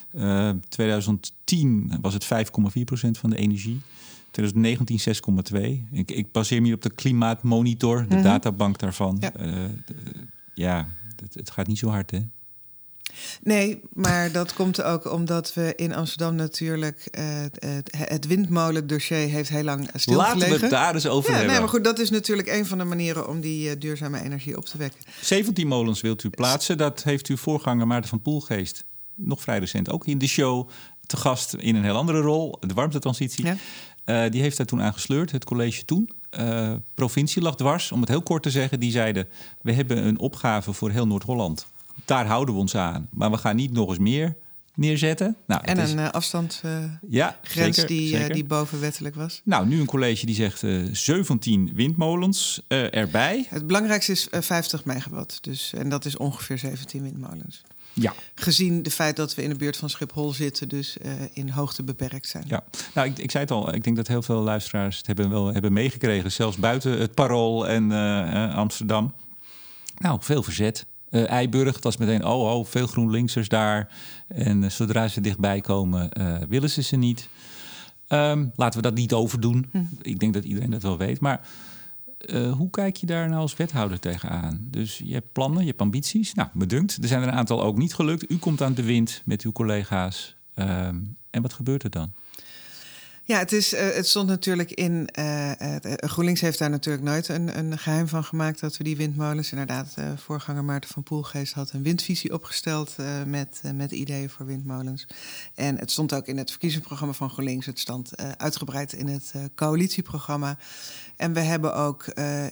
2010 was het 5,4% van de energie. 2019 6,2%. Ik baseer me op de Klimaatmonitor, de databank daarvan. Ja. Het gaat niet zo hard, hè? Nee, maar dat komt ook omdat we in Amsterdam natuurlijk het windmolendossier heeft heel lang stilgelegen. Laten we het daar eens over hebben. Nee, maar goed, dat is natuurlijk een van de manieren om die duurzame energie op te wekken. 17 molens wilt u plaatsen. Dat heeft uw voorganger Maarten van Poelgeest nog vrij recent ook in de show te gast in een heel andere rol, de warmtetransitie. Ja. Die heeft daar toen aan gesleurd, het college toen. Provincie lag dwars, om het heel kort te zeggen. Die zeiden, we hebben een opgave voor heel Noord-Holland. Daar houden we ons aan. Maar we gaan niet nog eens meer neerzetten. Nou, en een afstandsgrens die bovenwettelijk was. Nou, nu een college die zegt 17 windmolens erbij. Het belangrijkste is 50 megawatt. Dus, en dat is ongeveer 17 windmolens. Ja. Gezien de feit dat we in de buurt van Schiphol zitten, dus in hoogte beperkt zijn. Ja, nou, ik zei het al, ik denk dat heel veel luisteraars het hebben meegekregen. Zelfs buiten het Parool en Amsterdam. Nou, veel verzet. Eiburg, dat was meteen, veel GroenLinksers daar. En zodra ze dichtbij komen, willen ze niet. Laten we dat niet overdoen. Ik denk dat iedereen dat wel weet. Maar hoe kijk je daar nou als wethouder tegenaan? Dus je hebt plannen, je hebt ambities. Nou, me dunkt, er zijn er een aantal ook niet gelukt. U komt aan de wind met uw collega's. En wat gebeurt er dan? Ja, het stond natuurlijk in. GroenLinks heeft daar natuurlijk nooit een geheim van gemaakt dat we die windmolens. Inderdaad, voorganger Maarten van Poelgeest had een windvisie opgesteld met ideeën voor windmolens. En het stond ook in het verkiezingsprogramma van GroenLinks. Het stond uitgebreid in het coalitieprogramma. En we hebben ook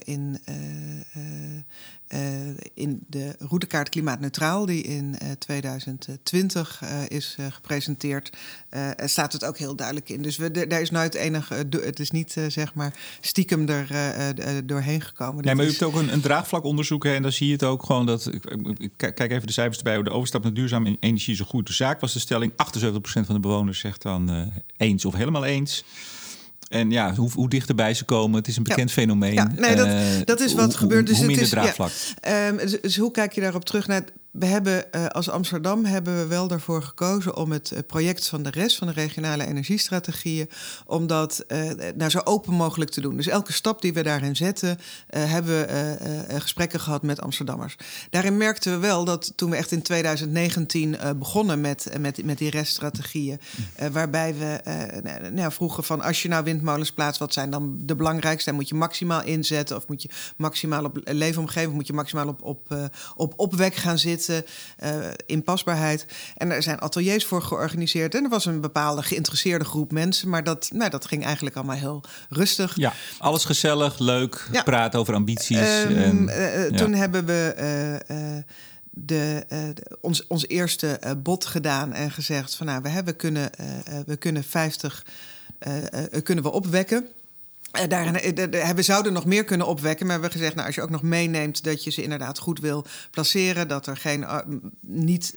in de routekaart Klimaatneutraal, die in 2020 is gepresenteerd, staat het ook heel duidelijk in. Dus daar is nooit het is niet zeg maar stiekem er doorheen gekomen. Nee, maar u hebt ook een draagvlakonderzoek en dan zie je het ook gewoon dat. Ik kijk even de cijfers erbij. De overstap naar duurzame energie is een goede zaak. Was de stelling 78% van de bewoners zegt dan eens of helemaal eens. En ja, hoe dichterbij ze komen, het is een bekend fenomeen. Ja, nee, dat is wat gebeurt. Dus hoe minder het is, draagvlak. Ja, dus hoe kijk je daarop terug? We hebben als Amsterdam hebben we wel daarvoor gekozen om het project van de rest van de regionale energiestrategieën, om dat zo open mogelijk te doen. Dus elke stap die we daarin zetten, hebben we gesprekken gehad met Amsterdammers. Daarin merkten we wel dat toen we echt in 2019 begonnen met die reststrategieën, waarbij we vroegen van als je nou windmolens plaatst, wat zijn dan de belangrijkste? En moet je maximaal inzetten of moet je maximaal op leefomgeving, of moet je maximaal op opwek gaan zitten? Inpasbaarheid. En er zijn ateliers voor georganiseerd. En er was een bepaalde geïnteresseerde groep mensen. Maar dat ging eigenlijk allemaal heel rustig. Ja, alles gezellig, leuk. Ja. Praten over ambities. Toen hebben we ons eerste bod gedaan en gezegd van we kunnen 50 kunnen we opwekken. We zouden nog meer kunnen opwekken, maar we hebben gezegd, als je ook nog meeneemt dat je ze inderdaad goed wil placeren, dat er niet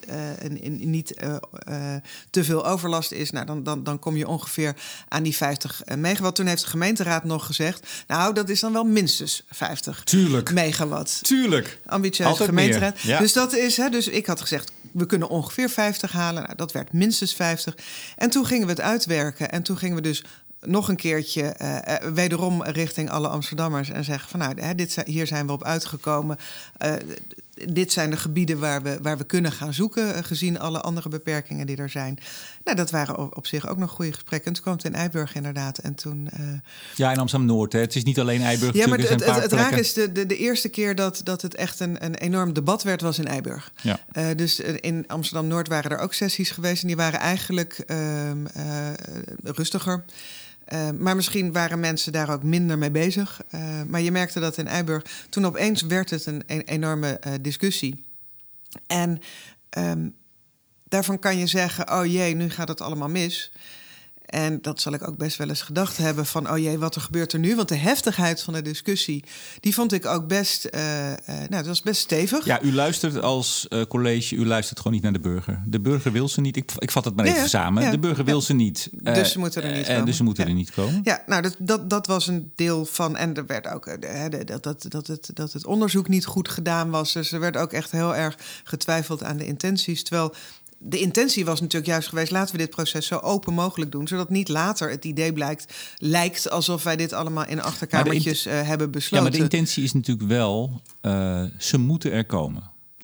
te veel overlast is, dan kom je ongeveer aan die 50 megawatt. Toen heeft de gemeenteraad nog gezegd, dat is dan wel minstens 50 megawatt. Tuurlijk. Ambitieuze altijd gemeenteraad. Ja. Dus dat is, dus ik had gezegd, we kunnen ongeveer 50 halen. Dat werd minstens 50. En toen gingen we het uitwerken en toen gingen we dus nog een keertje wederom richting alle Amsterdammers en zeggen van hier zijn we op uitgekomen. Dit zijn de gebieden waar we kunnen gaan zoeken, gezien alle andere beperkingen die er zijn. Dat waren op zich ook nog goede gesprekken. En toen kwam het in Eiburg inderdaad. En toen, ja, in Amsterdam-Noord. Het is niet alleen Eiburg. Ja, maar het raar is, de eerste keer dat het echt een enorm debat werd, was in Eiburg. Ja. Dus in Amsterdam-Noord waren er ook sessies geweest. En die waren eigenlijk rustiger. Maar misschien waren mensen daar ook minder mee bezig. Maar je merkte dat in Eiburg. Toen opeens werd het een enorme discussie. En daarvan kan je zeggen, oh jee, nu gaat het allemaal mis. En dat zal ik ook best wel eens gedacht hebben van, oh jee, wat er gebeurt er nu? Want de heftigheid van de discussie, die vond ik ook best, dat was best stevig. Ja, u luistert als college, u luistert gewoon niet naar de burger. De burger wil ze niet. Ik vat het maar even samen. Ja. De burger wil ze niet. Dus ze moeten er niet komen. Dus ze moeten er niet komen. Ja, dat was een deel van. En er werd ook dat het onderzoek niet goed gedaan was. Dus er werd ook echt heel erg getwijfeld aan de intenties. Terwijl de intentie was natuurlijk juist geweest, laten we dit proces zo open mogelijk doen, zodat niet later het idee lijkt alsof wij dit allemaal in achterkamertjes hebben besloten. Ja, maar de intentie is natuurlijk wel, ze moeten er komen.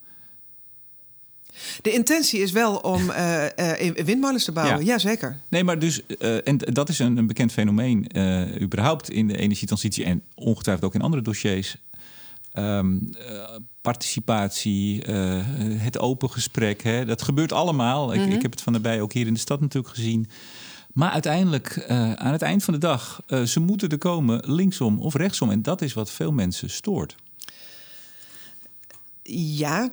De intentie is wel om windmolens te bouwen, ja zeker. Nee, maar dus, en dat is een bekend fenomeen, überhaupt in de energietransitie en ongetwijfeld ook in andere dossiers. Participatie, het open gesprek, dat gebeurt allemaal. Mm-hmm. Ik heb het van nabij ook hier in de stad natuurlijk gezien. Maar uiteindelijk, aan het eind van de dag, ze moeten er komen linksom of rechtsom. En dat is wat veel mensen stoort. Ja,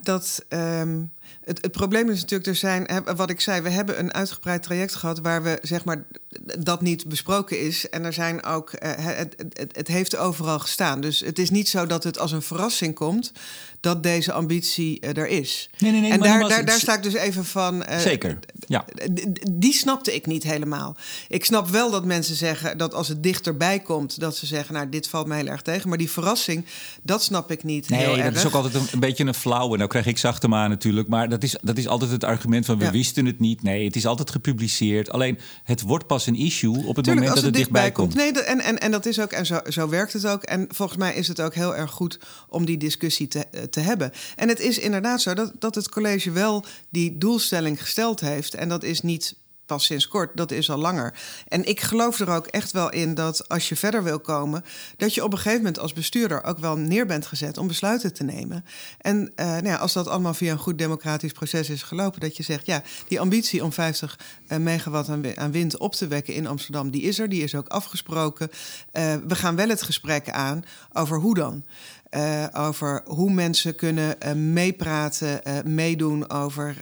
het probleem is natuurlijk, wat ik zei, we hebben een uitgebreid traject gehad waar we zeg maar dat niet besproken is. En er zijn ook, het heeft overal gestaan. Dus het is niet zo dat het als een verrassing komt dat deze ambitie er is. Nee. En daar sta ik dus even van. Zeker, ja. Die snapte ik niet helemaal. Ik snap wel dat mensen zeggen dat als het dichterbij komt, dat ze zeggen, nou, dit valt mij heel erg tegen. Maar die verrassing, dat snap ik niet heel erg. Dat is ook altijd een beetje een flauwe. Nou krijg ik zachte maar natuurlijk. Maar dat is altijd het argument van we wisten het niet. Nee, het is altijd gepubliceerd. Alleen het wordt pas een issue op het moment dat het dichtbij komt. Nee, en dat is ook, en zo werkt het ook. En volgens mij is het ook heel erg goed om die discussie te hebben. En het is inderdaad zo dat het college wel die doelstelling gesteld heeft. En dat is niet pas sinds kort, dat is al langer. En ik geloof er ook echt wel in dat als je verder wil komen, dat je op een gegeven moment als bestuurder ook wel neer bent gezet om besluiten te nemen. En als dat allemaal via een goed democratisch proces is gelopen, dat je zegt, ja, die ambitie om 50 megawatt aan wind op te wekken in Amsterdam, die is er, die is ook afgesproken. We gaan wel het gesprek aan over hoe dan. Over hoe mensen kunnen meepraten, meedoen over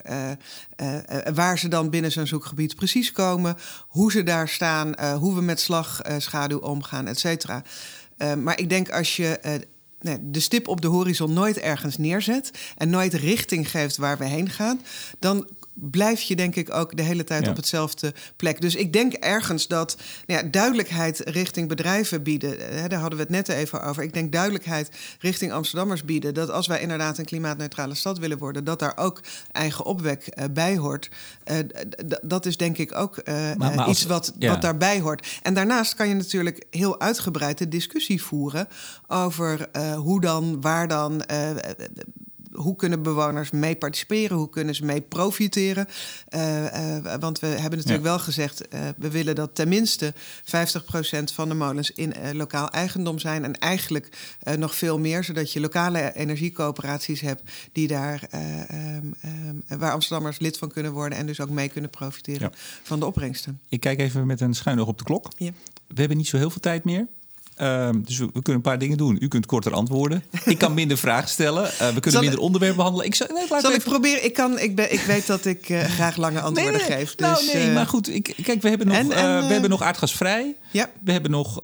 waar ze dan binnen zo'n zoekgebied precies komen, hoe ze daar staan, hoe we met slagschaduw omgaan, et cetera. Maar ik denk als je de stip op de horizon nooit ergens neerzet en nooit richting geeft waar we heen gaan, dan blijf je denk ik ook de hele tijd op hetzelfde plek. Dus ik denk ergens dat duidelijkheid richting bedrijven bieden, daar hadden we het net even over. Ik denk duidelijkheid richting Amsterdammers bieden, dat als wij inderdaad een klimaatneutrale stad willen worden, dat daar ook eigen opwek bij hoort. Dat is denk ik ook iets wat daarbij hoort. En daarnaast kan je natuurlijk heel uitgebreid de discussie voeren over hoe dan, waar dan. Hoe kunnen bewoners mee participeren? Hoe kunnen ze mee profiteren? Want we hebben natuurlijk wel gezegd, we willen dat tenminste 50% van de molens in lokaal eigendom zijn. En eigenlijk nog veel meer, zodat je lokale energiecoöperaties hebt die daar waar Amsterdammers lid van kunnen worden en dus ook mee kunnen profiteren van de opbrengsten. Ik kijk even met een schuin oog op de klok. Ja. We hebben niet zo heel veel tijd meer. Dus we kunnen een paar dingen doen. U kunt korter antwoorden. Ik kan minder vragen stellen. We kunnen minder onderwerpen behandelen. Zal ik proberen? Ik weet dat ik graag lange antwoorden geef. Dus, maar goed. Kijk, we hebben nog aardgasvrij. Ja. We hebben nog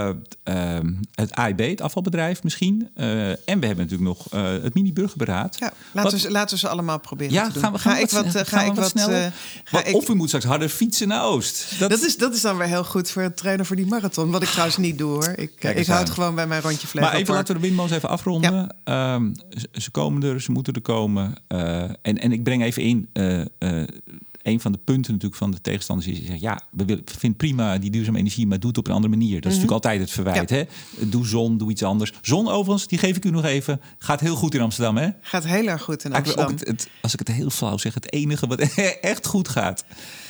het AIB, het afvalbedrijf misschien. En we hebben natuurlijk nog het mini-burgerberaad. Ja, laten we ze allemaal proberen te doen. Ga ik wat sneller? Of u moet straks harder fietsen naar Oost. Dat is dan weer heel goed voor het trainen voor die marathon. Wat ik trouwens niet doe, hoor. Ik houd gewoon bij mijn rondje Flevopark. Maar even laten we de windmolens even afronden. Ja. Ze komen er, ze moeten er komen. En ik breng even in. Een van de punten natuurlijk van de tegenstanders is, vind prima die duurzame energie, maar doe het op een andere manier. Dat is natuurlijk altijd het verwijt. Ja. Hè? Doe zon, doe iets anders. Zon overigens, die geef ik u nog even. Gaat heel goed in Amsterdam, hè? Gaat heel erg goed in Amsterdam. Als ik het heel flauw zeg, het enige wat echt goed gaat.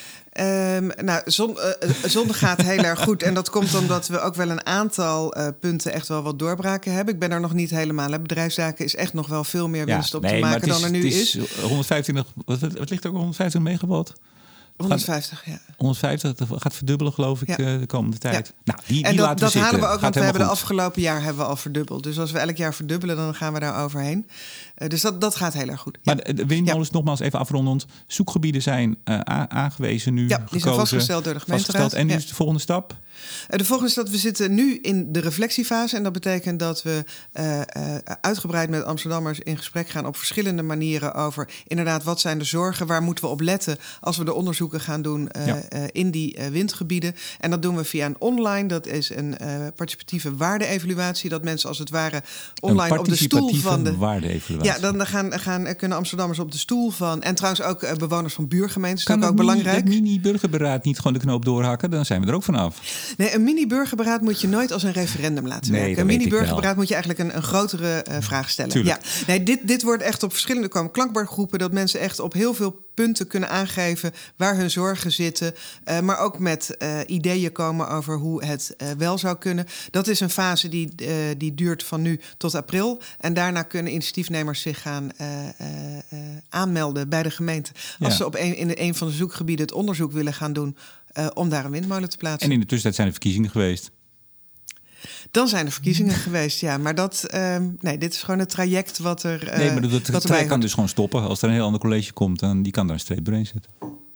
Zon gaat heel erg goed. En dat komt omdat we ook wel een aantal punten echt wel wat doorbraken hebben. Ik ben er nog niet helemaal. Bedrijfszaken is echt nog wel veel meer winst op te maken dan er nu is. 125, wat ligt er ook 150 megawatt? 150, ja. 150, dat gaat verdubbelen, geloof ik, de komende tijd. Ja. Nou, dat halen we ook, want we hebben de afgelopen jaar hebben we al verdubbeld. Dus als we elk jaar verdubbelen, dan gaan we daar overheen. Dus dat gaat heel erg goed. Maar de windmolens, nogmaals even afrondend. Zoekgebieden zijn aangewezen nu. Ja, die zijn vastgesteld door de gemeenteraad. En nu is de volgende stap? De volgende stap, we zitten nu in de reflectiefase. En dat betekent dat we uitgebreid met Amsterdammers in gesprek gaan op verschillende manieren over inderdaad wat zijn de zorgen, waar moeten we op letten als we de onderzoeken gaan doen in die windgebieden. En dat doen we via een online, dat is een participatieve waarde-evaluatie, dat mensen als het ware online op de stoel van de waarde-evaluatie. Ja, dan kunnen Amsterdammers op de stoel van, en trouwens ook bewoners van buurgemeentes, dat is ook belangrijk. Kan het mini-burgerberaad niet gewoon de knoop doorhakken? Dan zijn we er ook vanaf. Nee, een mini-burgerberaad moet je nooit als een referendum laten werken. Een mini-burgerberaad moet je eigenlijk een grotere vraag stellen. Tuurlijk. Ja. Nee, dit wordt echt op verschillende klankbordgroepen, dat mensen echt op heel veel punten kunnen aangeven waar hun zorgen zitten. Maar ook met ideeën komen over hoe het wel zou kunnen. Dat is een fase die duurt van nu tot april. En daarna kunnen initiatiefnemers zich gaan aanmelden bij de gemeente. Als ze in een van de zoekgebieden het onderzoek willen gaan doen om daar een windmolen te plaatsen. En in de tussentijd zijn er verkiezingen geweest. Dan zijn er verkiezingen geweest, ja. Maar dit is gewoon het traject wat er... Nee, maar het traject kan dus gewoon stoppen. Als er een heel ander college komt, dan die kan daar een streep doorheen zetten.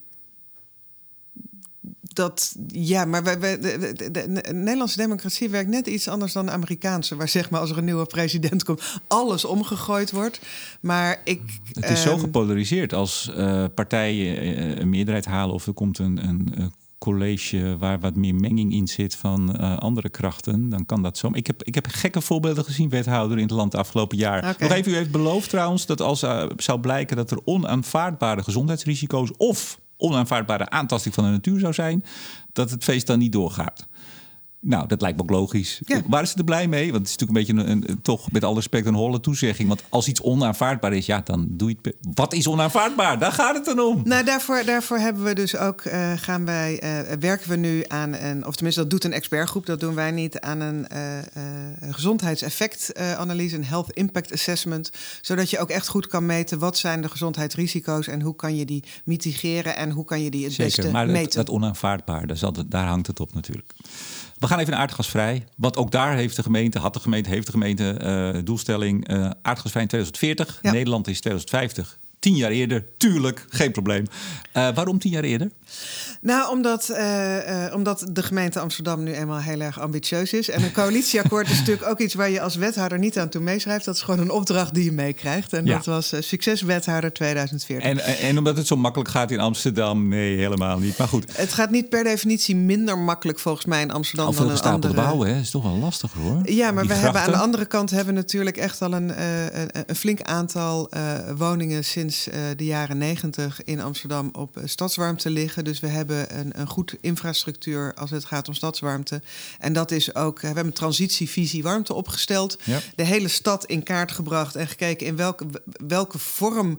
Maar de Nederlandse democratie werkt net iets anders dan de Amerikaanse. Waar zeg maar als er een nieuwe president komt, alles omgegooid wordt. Maar het is zo gepolariseerd als partijen een meerderheid halen of er komt een college waar wat meer menging in zit van andere krachten, dan kan dat zo. Ik heb gekke voorbeelden gezien, wethouder in het land de afgelopen jaar. Okay. Nog even, u heeft beloofd trouwens dat als zou blijken dat er onaanvaardbare gezondheidsrisico's of onaanvaardbare aantasting van de natuur zou zijn, dat het feest dan niet doorgaat. Nou, dat lijkt me ook logisch. Ja. Waren ze er blij mee? Want het is natuurlijk een beetje toch met alle respect een holle toezegging. Want als iets onaanvaardbaar is, ja, dan doe je het. Wat is onaanvaardbaar? Daar gaat het dan om. Nou, daarvoor hebben we dus ook werken we nu aan of tenminste dat doet een expertgroep, dat doen wij niet, aan een gezondheidseffectanalyse, een health impact assessment, zodat je ook echt goed kan meten wat zijn de gezondheidsrisico's en hoe kan je die mitigeren en hoe kan je die het beste meten. Maar dat onaanvaardbaar, daar hangt het op natuurlijk. We gaan even naar aardgasvrij. Want ook daar heeft de gemeente doelstelling aardgasvrij in 2040. Ja. Nederland is 2050. 10 jaar eerder, tuurlijk, geen probleem. Waarom 10 jaar eerder? Nou, omdat de gemeente Amsterdam nu eenmaal heel erg ambitieus is. En een coalitieakkoord is natuurlijk ook iets waar je als wethouder niet aan toe meeschrijft. Dat is gewoon een opdracht die je meekrijgt. En dat was succes wethouder 2040. En omdat het zo makkelijk gaat in Amsterdam? Nee, helemaal niet. Maar goed. Het gaat niet per definitie minder makkelijk volgens mij in Amsterdam dan een andere. Bouwen, hè? Dat is toch wel lastiger, hoor. Ja, maar hebben aan de andere kant natuurlijk echt al een flink aantal woningen sinds de jaren 90 in Amsterdam op stadswarmte liggen. Dus we hebben een goed infrastructuur als het gaat om stadswarmte. En dat is ook, we hebben een transitievisie warmte opgesteld. Ja. De hele stad in kaart gebracht en gekeken in welke vorm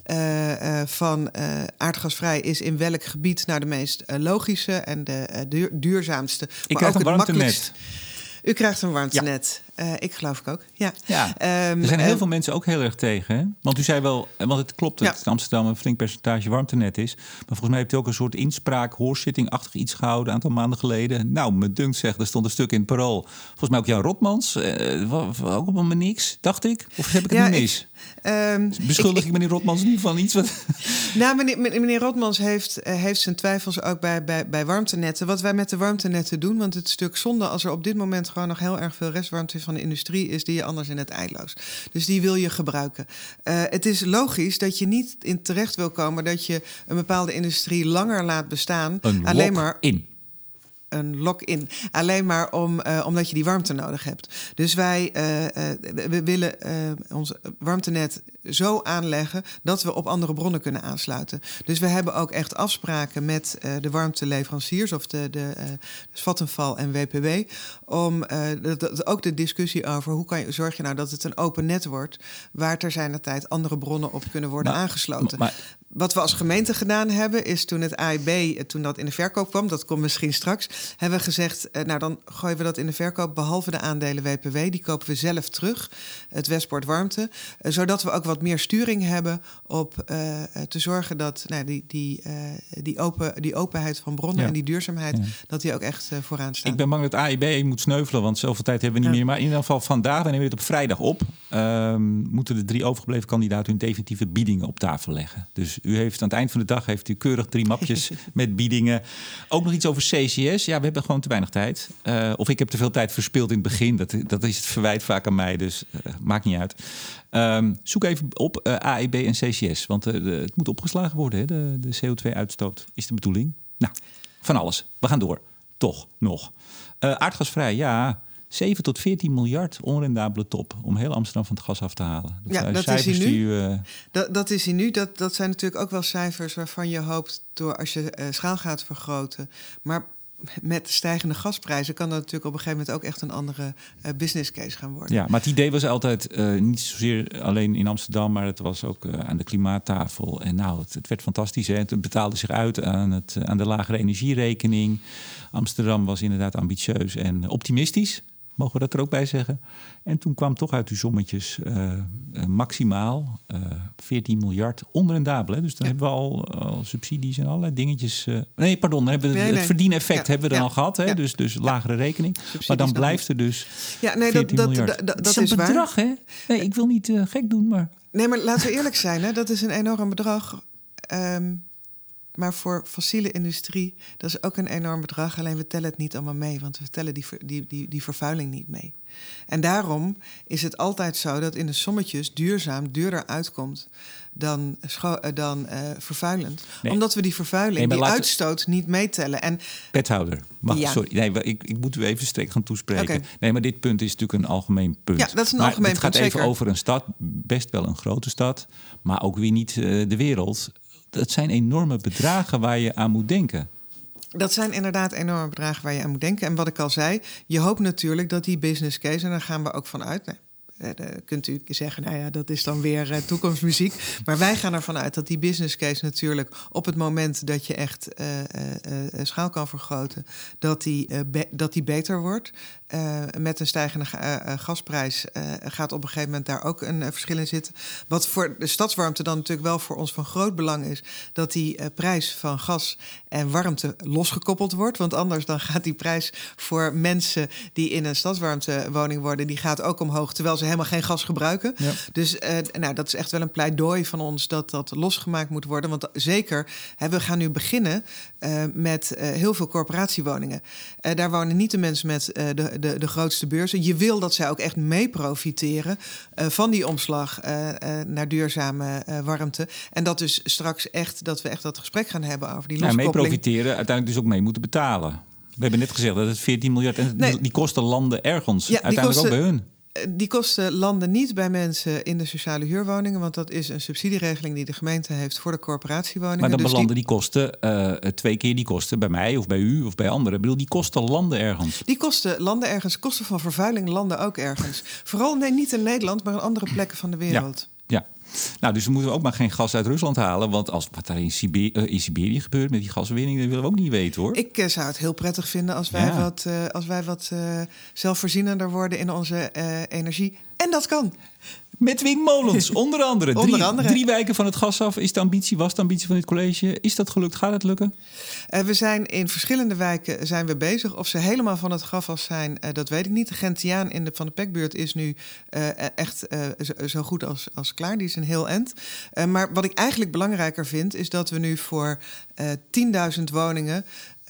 van aardgasvrij is in welk gebied de meest logische en de duurzaamste. Ik krijg een warmtenet. U krijgt een warmtenet. Ik geloof ook, ja. Er zijn heel veel mensen ook heel erg tegen. Hè? Want u zei wel, want het klopt dat in Amsterdam een flink percentage warmtenet is. Maar volgens mij heeft u ook een soort inspraak, hoorzitting-achtig iets gehouden een aantal maanden geleden. Nou, me dunkt zeg, er stond een stuk in het Parool. Volgens mij ook Jan Rotmans, ook op een niks, dacht ik. Of heb ik het niet mis? Beschuldig ik meneer Rotmans nu van iets? Nou, meneer Rotmans heeft zijn twijfels ook bij warmtenetten. Wat wij met de warmtenetten doen, want het is natuurlijk zonde als er op dit moment gewoon nog heel erg veel restwarmte van de industrie is die je anders in het eiloos. Dus die wil je gebruiken. Het is logisch dat je niet in terecht wil komen dat je een bepaalde industrie langer laat bestaan. Een lock-in. Alleen maar omdat je die warmte nodig hebt. Dus we willen ons warmtenet zo aanleggen dat we op andere bronnen kunnen aansluiten. Dus we hebben ook echt afspraken met de warmteleveranciers of de Vattenfall en WPW om ook de discussie over hoe zorg je nou dat het een open net wordt waar terzijdertijd andere bronnen op kunnen worden aangesloten. Wat we als gemeente gedaan hebben, is toen het AIB, toen dat in de verkoop kwam, dat komt misschien straks, hebben we gezegd, dan gooien we dat in de verkoop, behalve de aandelen WPW, die kopen we zelf terug, het Westpoort Warmte, zodat we ook wat meer sturing hebben op te zorgen dat die openheid van bronnen en die duurzaamheid, dat die ook echt vooraan staat. Ik ben bang dat AIB moet sneuvelen, want zoveel tijd hebben we niet meer. Maar in ieder geval vandaag, we nemen het op vrijdag op, moeten de 3 overgebleven kandidaten hun definitieve biedingen op tafel leggen. Dus u heeft aan het eind van de dag keurig 3 mapjes met biedingen. Ook nog iets over CCS. Ja, we hebben gewoon te weinig tijd. Of ik heb te veel tijd verspild in het begin. Dat is het verwijt vaak aan mij, dus maakt niet uit. Zoek even op AIB en CCS. Want het moet opgeslagen worden, hè? De CO2-uitstoot is de bedoeling. Nou, van alles. We gaan door. Toch nog. Aardgasvrij, ja. 7 tot 14 miljard onrendabele top om heel Amsterdam van het gas af te halen. Dat is hij nu. Dat is hij nu. Dat zijn natuurlijk ook wel cijfers waarvan je hoopt door als je schaal gaat vergroten. Maar met stijgende gasprijzen kan dat natuurlijk op een gegeven moment ook echt een andere business case gaan worden. Ja, maar het idee was altijd niet zozeer alleen in Amsterdam, maar het was ook aan de klimaattafel. En het werd fantastisch. Hè? Het betaalde zich uit aan de lagere energierekening. Amsterdam was inderdaad ambitieus en optimistisch. Mogen we dat er ook bij zeggen? En toen kwam toch uit die sommetjes maximaal 14 miljard onrendabel. Hè? Dus dan hebben we al subsidies en allerlei dingetjes. Dan hebben we het verdieneffect hebben we dan al gehad. Hè? Dus lagere rekening. Subsidies, maar dan blijft er dus 14 miljard. Dat is een bedrag, hè? Nee, ik wil niet gek doen, maar... Nee, maar laten we eerlijk zijn. Hè? Dat is een enorm bedrag. Maar voor fossiele industrie, dat is ook een enorm bedrag. Alleen we tellen het niet allemaal mee, want we tellen die vervuiling niet mee. En daarom is het altijd zo dat in de sommetjes duurzaam duurder uitkomt dan vervuilend. Nee. Omdat we die vervuiling, die uitstoot niet meetellen. En wethouder, sorry. Nee, ik moet u even strikt gaan toespreken. Okay. Nee, maar dit punt is natuurlijk een algemeen punt. Ja, dat is een algemeen punt, het gaat zeker. Even over een stad, best wel een grote stad, maar ook weer niet de wereld. Dat zijn enorme bedragen waar je aan moet denken. Dat zijn inderdaad enorme bedragen waar je aan moet denken. En wat ik al zei, je hoopt natuurlijk dat die business case... en daar gaan we ook van uit... kunt u zeggen, nou ja, dat is dan weer toekomstmuziek. Maar wij gaan ervan uit dat die business case natuurlijk... op het moment dat je echt schaal kan vergroten... dat die beter wordt. Met een stijgende gasprijs gaat op een gegeven moment daar ook een verschil in zitten. Wat voor de stadswarmte dan natuurlijk wel voor ons van groot belang is... dat die prijs van gas en warmte losgekoppeld wordt. Want anders dan gaat die prijs voor mensen die in een stadswarmtewoning worden... die gaat ook omhoog, terwijl ze helemaal geen gas gebruiken. Ja. Dus dat is echt wel een pleidooi van ons dat losgemaakt moet worden. Want zeker, we gaan nu beginnen met heel veel corporatiewoningen. Daar wonen niet de mensen met de grootste beurzen. Je wil dat zij ook echt mee profiteren van die omslag naar duurzame warmte. En dat dus straks echt, dat we echt dat gesprek gaan hebben over die loskoppeling. Mee profiteren, uiteindelijk dus ook mee moeten betalen. We hebben net gezegd dat het 14 miljard... en die kosten landen ergens, uiteindelijk ook bij hun. Die kosten landen niet bij mensen in de sociale huurwoningen... want dat is een subsidieregeling die de gemeente heeft voor de corporatiewoningen. Maar dan dus belanden die kosten 2 keer die kosten bij mij of bij u of bij anderen. Ik bedoel, die kosten landen ergens. Die kosten landen ergens. Kosten van vervuiling landen ook ergens. Vooral niet in Nederland, maar in andere plekken van de wereld. Ja. Nou, dus we moeten ook maar geen gas uit Rusland halen. Want wat daar in Siberië gebeurt met die gaswinning... dat willen we ook niet weten, hoor. Ik zou het heel prettig vinden als wij wat zelfvoorzienender worden... in onze energie. En dat kan. Met windmolens, onder andere. 3 wijken van het gas af was de ambitie van dit college. Is dat gelukt? Gaat het lukken? We zijn in verschillende wijken bezig. Of ze helemaal van het gas af zijn, dat weet ik niet. De Gentiaan van de Pekbuurt is nu echt zo goed als klaar. Die is een heel end. Maar wat ik eigenlijk belangrijker vind... is dat we nu voor 10.000 woningen...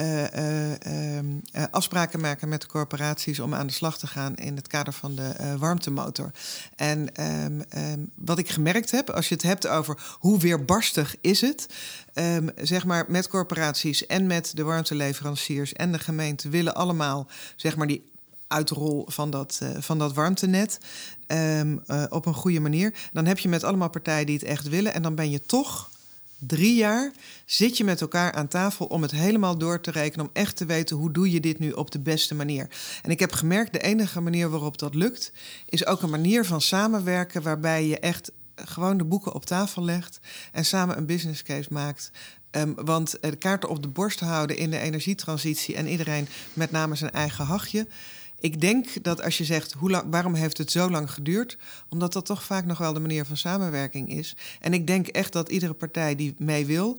afspraken maken met de corporaties om aan de slag te gaan in het kader van de warmtemotor. En wat ik gemerkt heb, als je het hebt over hoe weerbarstig is het, zeg maar met corporaties en met de warmteleveranciers en de gemeente willen allemaal zeg maar die uitrol van dat warmtenet op een goede manier. Dan heb je met allemaal partijen die het echt willen en dan ben je toch 3 jaar zit je met elkaar aan tafel om het helemaal door te rekenen... om echt te weten hoe doe je dit nu op de beste manier. En ik heb gemerkt, de enige manier waarop dat lukt... is ook een manier van samenwerken... waarbij je echt gewoon de boeken op tafel legt... en samen een business case maakt... want de kaarten op de borst houden in de energietransitie... en iedereen met name zijn eigen hachje... Ik denk dat als je zegt, waarom heeft het zo lang geduurd? Omdat dat toch vaak nog wel de manier van samenwerking is. En ik denk echt dat iedere partij die mee wil...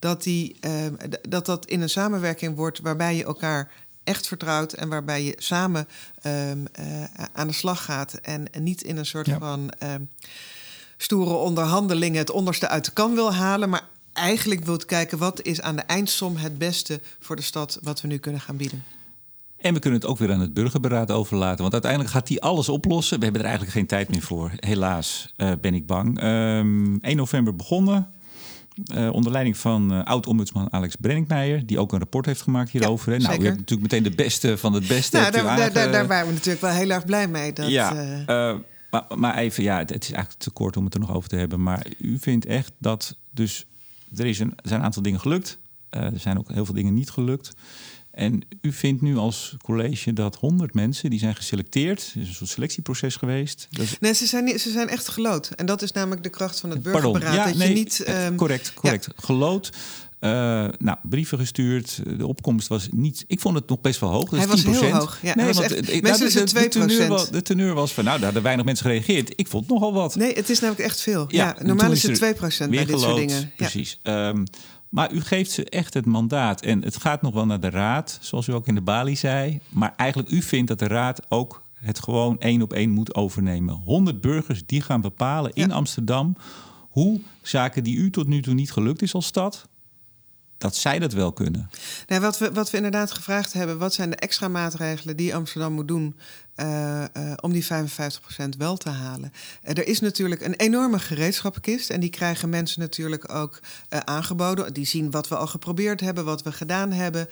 dat in een samenwerking wordt waarbij je elkaar echt vertrouwt... en waarbij je samen aan de slag gaat... en niet in een soort van stoere onderhandelingen... het onderste uit de kan wil halen... maar eigenlijk wilt kijken wat is aan de eindsom het beste voor de stad... wat we nu kunnen gaan bieden. En we kunnen het ook weer aan het burgerberaad overlaten. Want uiteindelijk gaat die alles oplossen. We hebben er eigenlijk geen tijd meer voor. Helaas ben ik bang. 1 november begonnen. Onder leiding van oud-ombudsman Alex Brenninkmeijer... die ook een rapport heeft gemaakt hierover. Ja, nou, u hebt natuurlijk meteen de beste van het beste. Daar waren we natuurlijk wel heel erg blij mee. Maar even, het is eigenlijk te kort om het er nog over te hebben. Maar u vindt echt dat dus... Er zijn een aantal dingen gelukt. Er zijn ook heel veel dingen niet gelukt... En u vindt nu als college dat 100 mensen die zijn geselecteerd... er is een soort selectieproces geweest. Nee, ze zijn echt geloot. En dat is namelijk de kracht van het burgerberaad. Correct. Ja. Geloot. Brieven gestuurd. De opkomst was niet... Ik vond het nog best wel hoog. Hij was heel hoog. Ja, nee, want de teneur was van... daar hadden weinig mensen gereageerd. Ik vond het nogal wat. Nee, het is namelijk echt veel. Ja, normaal is het 2% bij dit soort dingen. Precies. Ja. Maar u geeft ze echt het mandaat. En het gaat nog wel naar de raad, zoals u ook in de balie zei. Maar eigenlijk u vindt dat de raad ook het gewoon 1 op 1 moet overnemen. 100 burgers die gaan bepalen in Amsterdam... hoe zaken die u tot nu toe niet gelukt is als stad... dat zij dat wel kunnen. Nou, wat we inderdaad gevraagd hebben... wat zijn de extra maatregelen die Amsterdam moet doen... om die 55% wel te halen. Er is natuurlijk een enorme gereedschappenkist... en die krijgen mensen natuurlijk ook aangeboden. Die zien wat we al geprobeerd hebben, wat we gedaan hebben...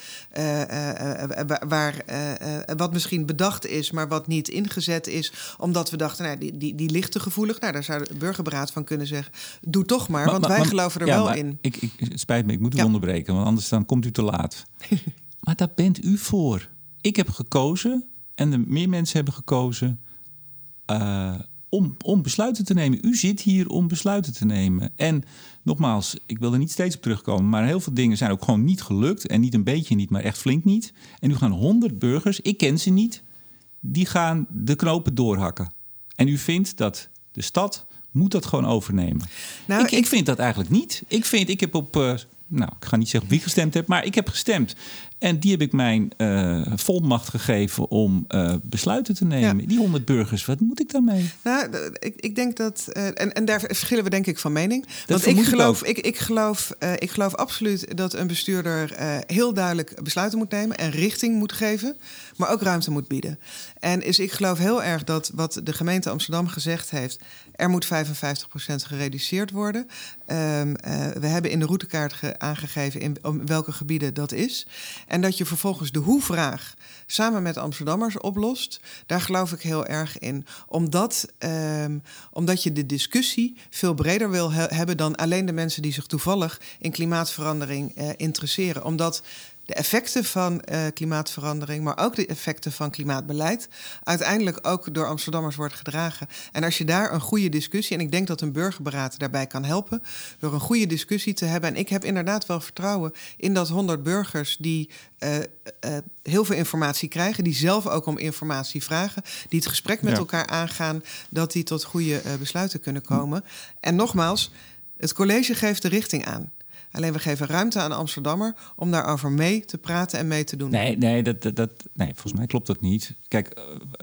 wat misschien bedacht is, maar wat niet ingezet is... omdat we dachten, die ligt te gevoelig. Nou, daar zou de burgerberaad van kunnen zeggen... doe toch maar, want wij geloven er wel in. Het spijt me, ik moet u onderbreken... want anders dan komt u te laat. Maar daar bent u voor. Ik heb gekozen... en meer mensen hebben gekozen om besluiten te nemen. U zit hier om besluiten te nemen. En nogmaals, ik wil er niet steeds op terugkomen... maar heel veel dingen zijn ook gewoon niet gelukt. En niet een beetje niet, maar echt flink niet. En nu gaan 100 burgers, ik ken ze niet... die gaan de knopen doorhakken. En u vindt dat de stad moet dat gewoon overnemen. Nou, ik vind dat eigenlijk niet. Ik heb op... ik ga niet zeggen op wie gestemd heb, maar ik heb gestemd. En die heb ik mijn volmacht gegeven om besluiten te nemen. Ja. Die 100 burgers, wat moet ik daarmee? Nou, ik denk dat... En daar verschillen we denk ik van mening. Dat Want ik geloof absoluut dat een bestuurder heel duidelijk besluiten moet nemen... en richting moet geven, maar ook ruimte moet bieden. En ik geloof heel erg dat wat de gemeente Amsterdam gezegd heeft... er moet 55% gereduceerd worden. We hebben in de routekaart aangegeven in welke gebieden dat is... En dat je vervolgens de hoe-vraag samen met Amsterdammers oplost... daar geloof ik heel erg in. Omdat je de discussie veel breder wil hebben... dan alleen de mensen die zich toevallig in klimaatverandering interesseren. Omdat de effecten van klimaatverandering... maar ook de effecten van klimaatbeleid... uiteindelijk ook door Amsterdammers wordt gedragen. En als je daar een goede discussie... en ik denk dat een burgerberaad daarbij kan helpen... door een goede discussie te hebben... en ik heb inderdaad wel vertrouwen in dat 100 burgers... die heel veel informatie krijgen... die zelf ook om informatie vragen... die het gesprek met elkaar aangaan... dat die tot goede besluiten kunnen komen. En nogmaals, het college geeft de richting aan... Alleen we geven ruimte aan Amsterdammer om daarover mee te praten en mee te doen. Nee, volgens mij klopt dat niet. Kijk,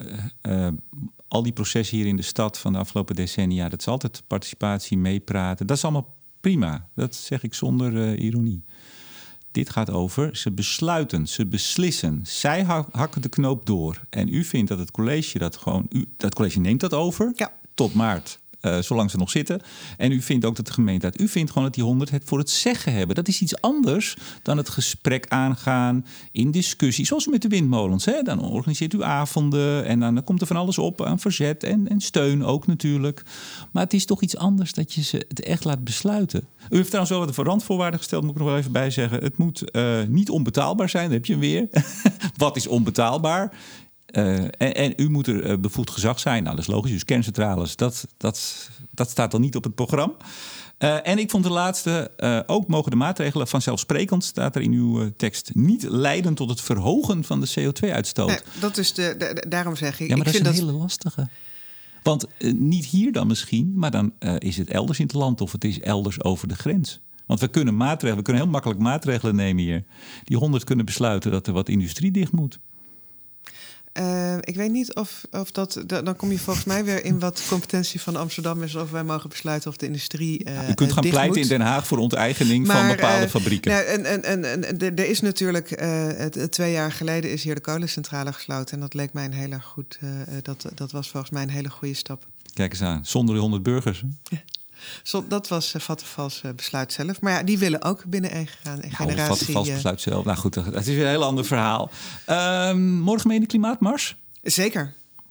al die processen hier in de stad van de afgelopen decennia... dat is altijd participatie, meepraten. Dat is allemaal prima. Dat zeg ik zonder ironie. Dit gaat over, ze besluiten, ze beslissen. Zij hakken de knoop door. En u vindt dat het college dat gewoon... dat college neemt dat over tot maart... zolang ze nog zitten. En u vindt ook dat de gemeente... U vindt gewoon dat die 100 het voor het zeggen hebben. Dat is iets anders dan het gesprek aangaan in discussie. Zoals met de windmolens. Hè? Dan organiseert u avonden en dan komt er van alles op aan verzet en steun ook natuurlijk. Maar het is toch iets anders dat je ze het echt laat besluiten. U heeft trouwens wel wat randvoorwaarden gesteld, moet ik nog wel even bij zeggen. Het moet niet onbetaalbaar zijn, daar heb je hem weer. Wat is onbetaalbaar? En u moet er bevoegd gezag zijn. Nou, dat is logisch. Dus kerncentrales, dat staat dan niet op het programma. En ik vond de laatste, ook mogen de maatregelen vanzelfsprekend... staat er in uw tekst, niet leiden tot het verhogen van de CO2-uitstoot. Nee, dat is daarom zeg ik... Ja, maar ik dat is een hele lastige. Want niet hier dan misschien, maar dan is het elders in het land... of het is elders over de grens. Want we kunnen heel makkelijk maatregelen nemen hier. Die 100 kunnen besluiten dat er wat industrie dicht moet. Ik weet niet of dat... Dan kom je volgens mij weer in wat competentie van Amsterdam is... of wij mogen besluiten of de industrie U kunt gaan pleiten in Den Haag voor onteigening van bepaalde fabrieken. Er is natuurlijk... 2 jaar geleden is hier de kolencentrale gesloten... en dat leek mij een hele goed... dat was volgens mij een hele goede stap. Kijk eens aan, zonder de 100 burgers. Ja. Dat was Vattenfalls besluit zelf. Maar ja, die willen ook binnen een generatie... Vattenfalls besluit zelf. Nou goed, dat is weer een heel ander verhaal. Morgen mee in de klimaatmars? Zeker.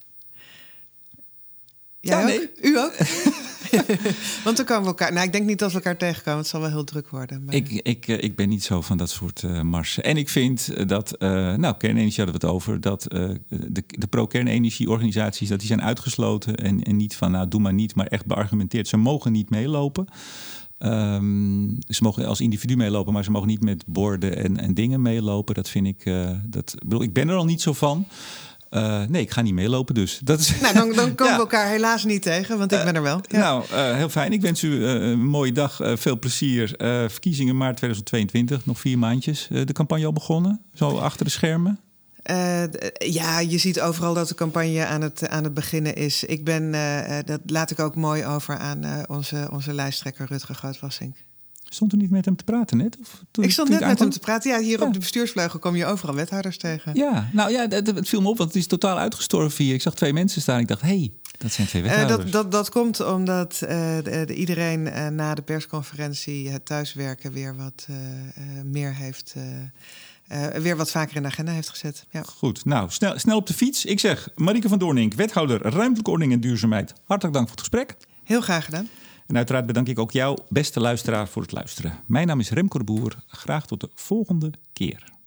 Ja, nee. U ook? Want dan komen we elkaar... Nou, ik denk niet dat we elkaar tegenkomen. Het zal wel heel druk worden. Maar... Ik ben niet zo van dat soort marsen. En ik vind dat... kernenergie hadden we het over. Dat de pro-kernenergie-organisaties... dat die zijn uitgesloten. En niet van, doe maar niet. Maar echt beargumenteerd. Ze mogen niet meelopen. Ze mogen als individu meelopen, maar ze mogen niet met borden en dingen meelopen. Dat vind ik... ik ben er al niet zo van. Nee, ik ga niet meelopen dus. Dat is... Nou, dan komen we elkaar helaas niet tegen, want ik ben er wel. Ja. Heel fijn. Ik wens u een mooie dag. Veel plezier. Verkiezingen maart 2022. Nog 4 maandjes. De campagne al begonnen? Zo achter de schermen? Je ziet overal dat de campagne aan het beginnen is. Dat laat ik ook mooi over aan onze lijsttrekker Rutger Grootwassink. Stond u niet met hem te praten net? Ik stond net met hem te praten. Ja, hier op de bestuursvleugel kom je overal wethouders tegen. Ja, het viel me op, want het is totaal uitgestorven hier. Ik zag 2 mensen staan. Ik dacht, dat zijn 2 wethouders. Dat komt omdat iedereen na de persconferentie het thuiswerken weer wat meer heeft... weer wat vaker in de agenda heeft gezet. Ja. Goed, nou, snel op de fiets. Ik zeg, Marieke van Doornink, wethouder Ruimtelijke Ordening en Duurzaamheid. Hartelijk dank voor het gesprek. Heel graag gedaan. En uiteraard bedank ik ook jou, beste luisteraar, voor het luisteren. Mijn naam is Remco de Boer. Graag tot de volgende keer.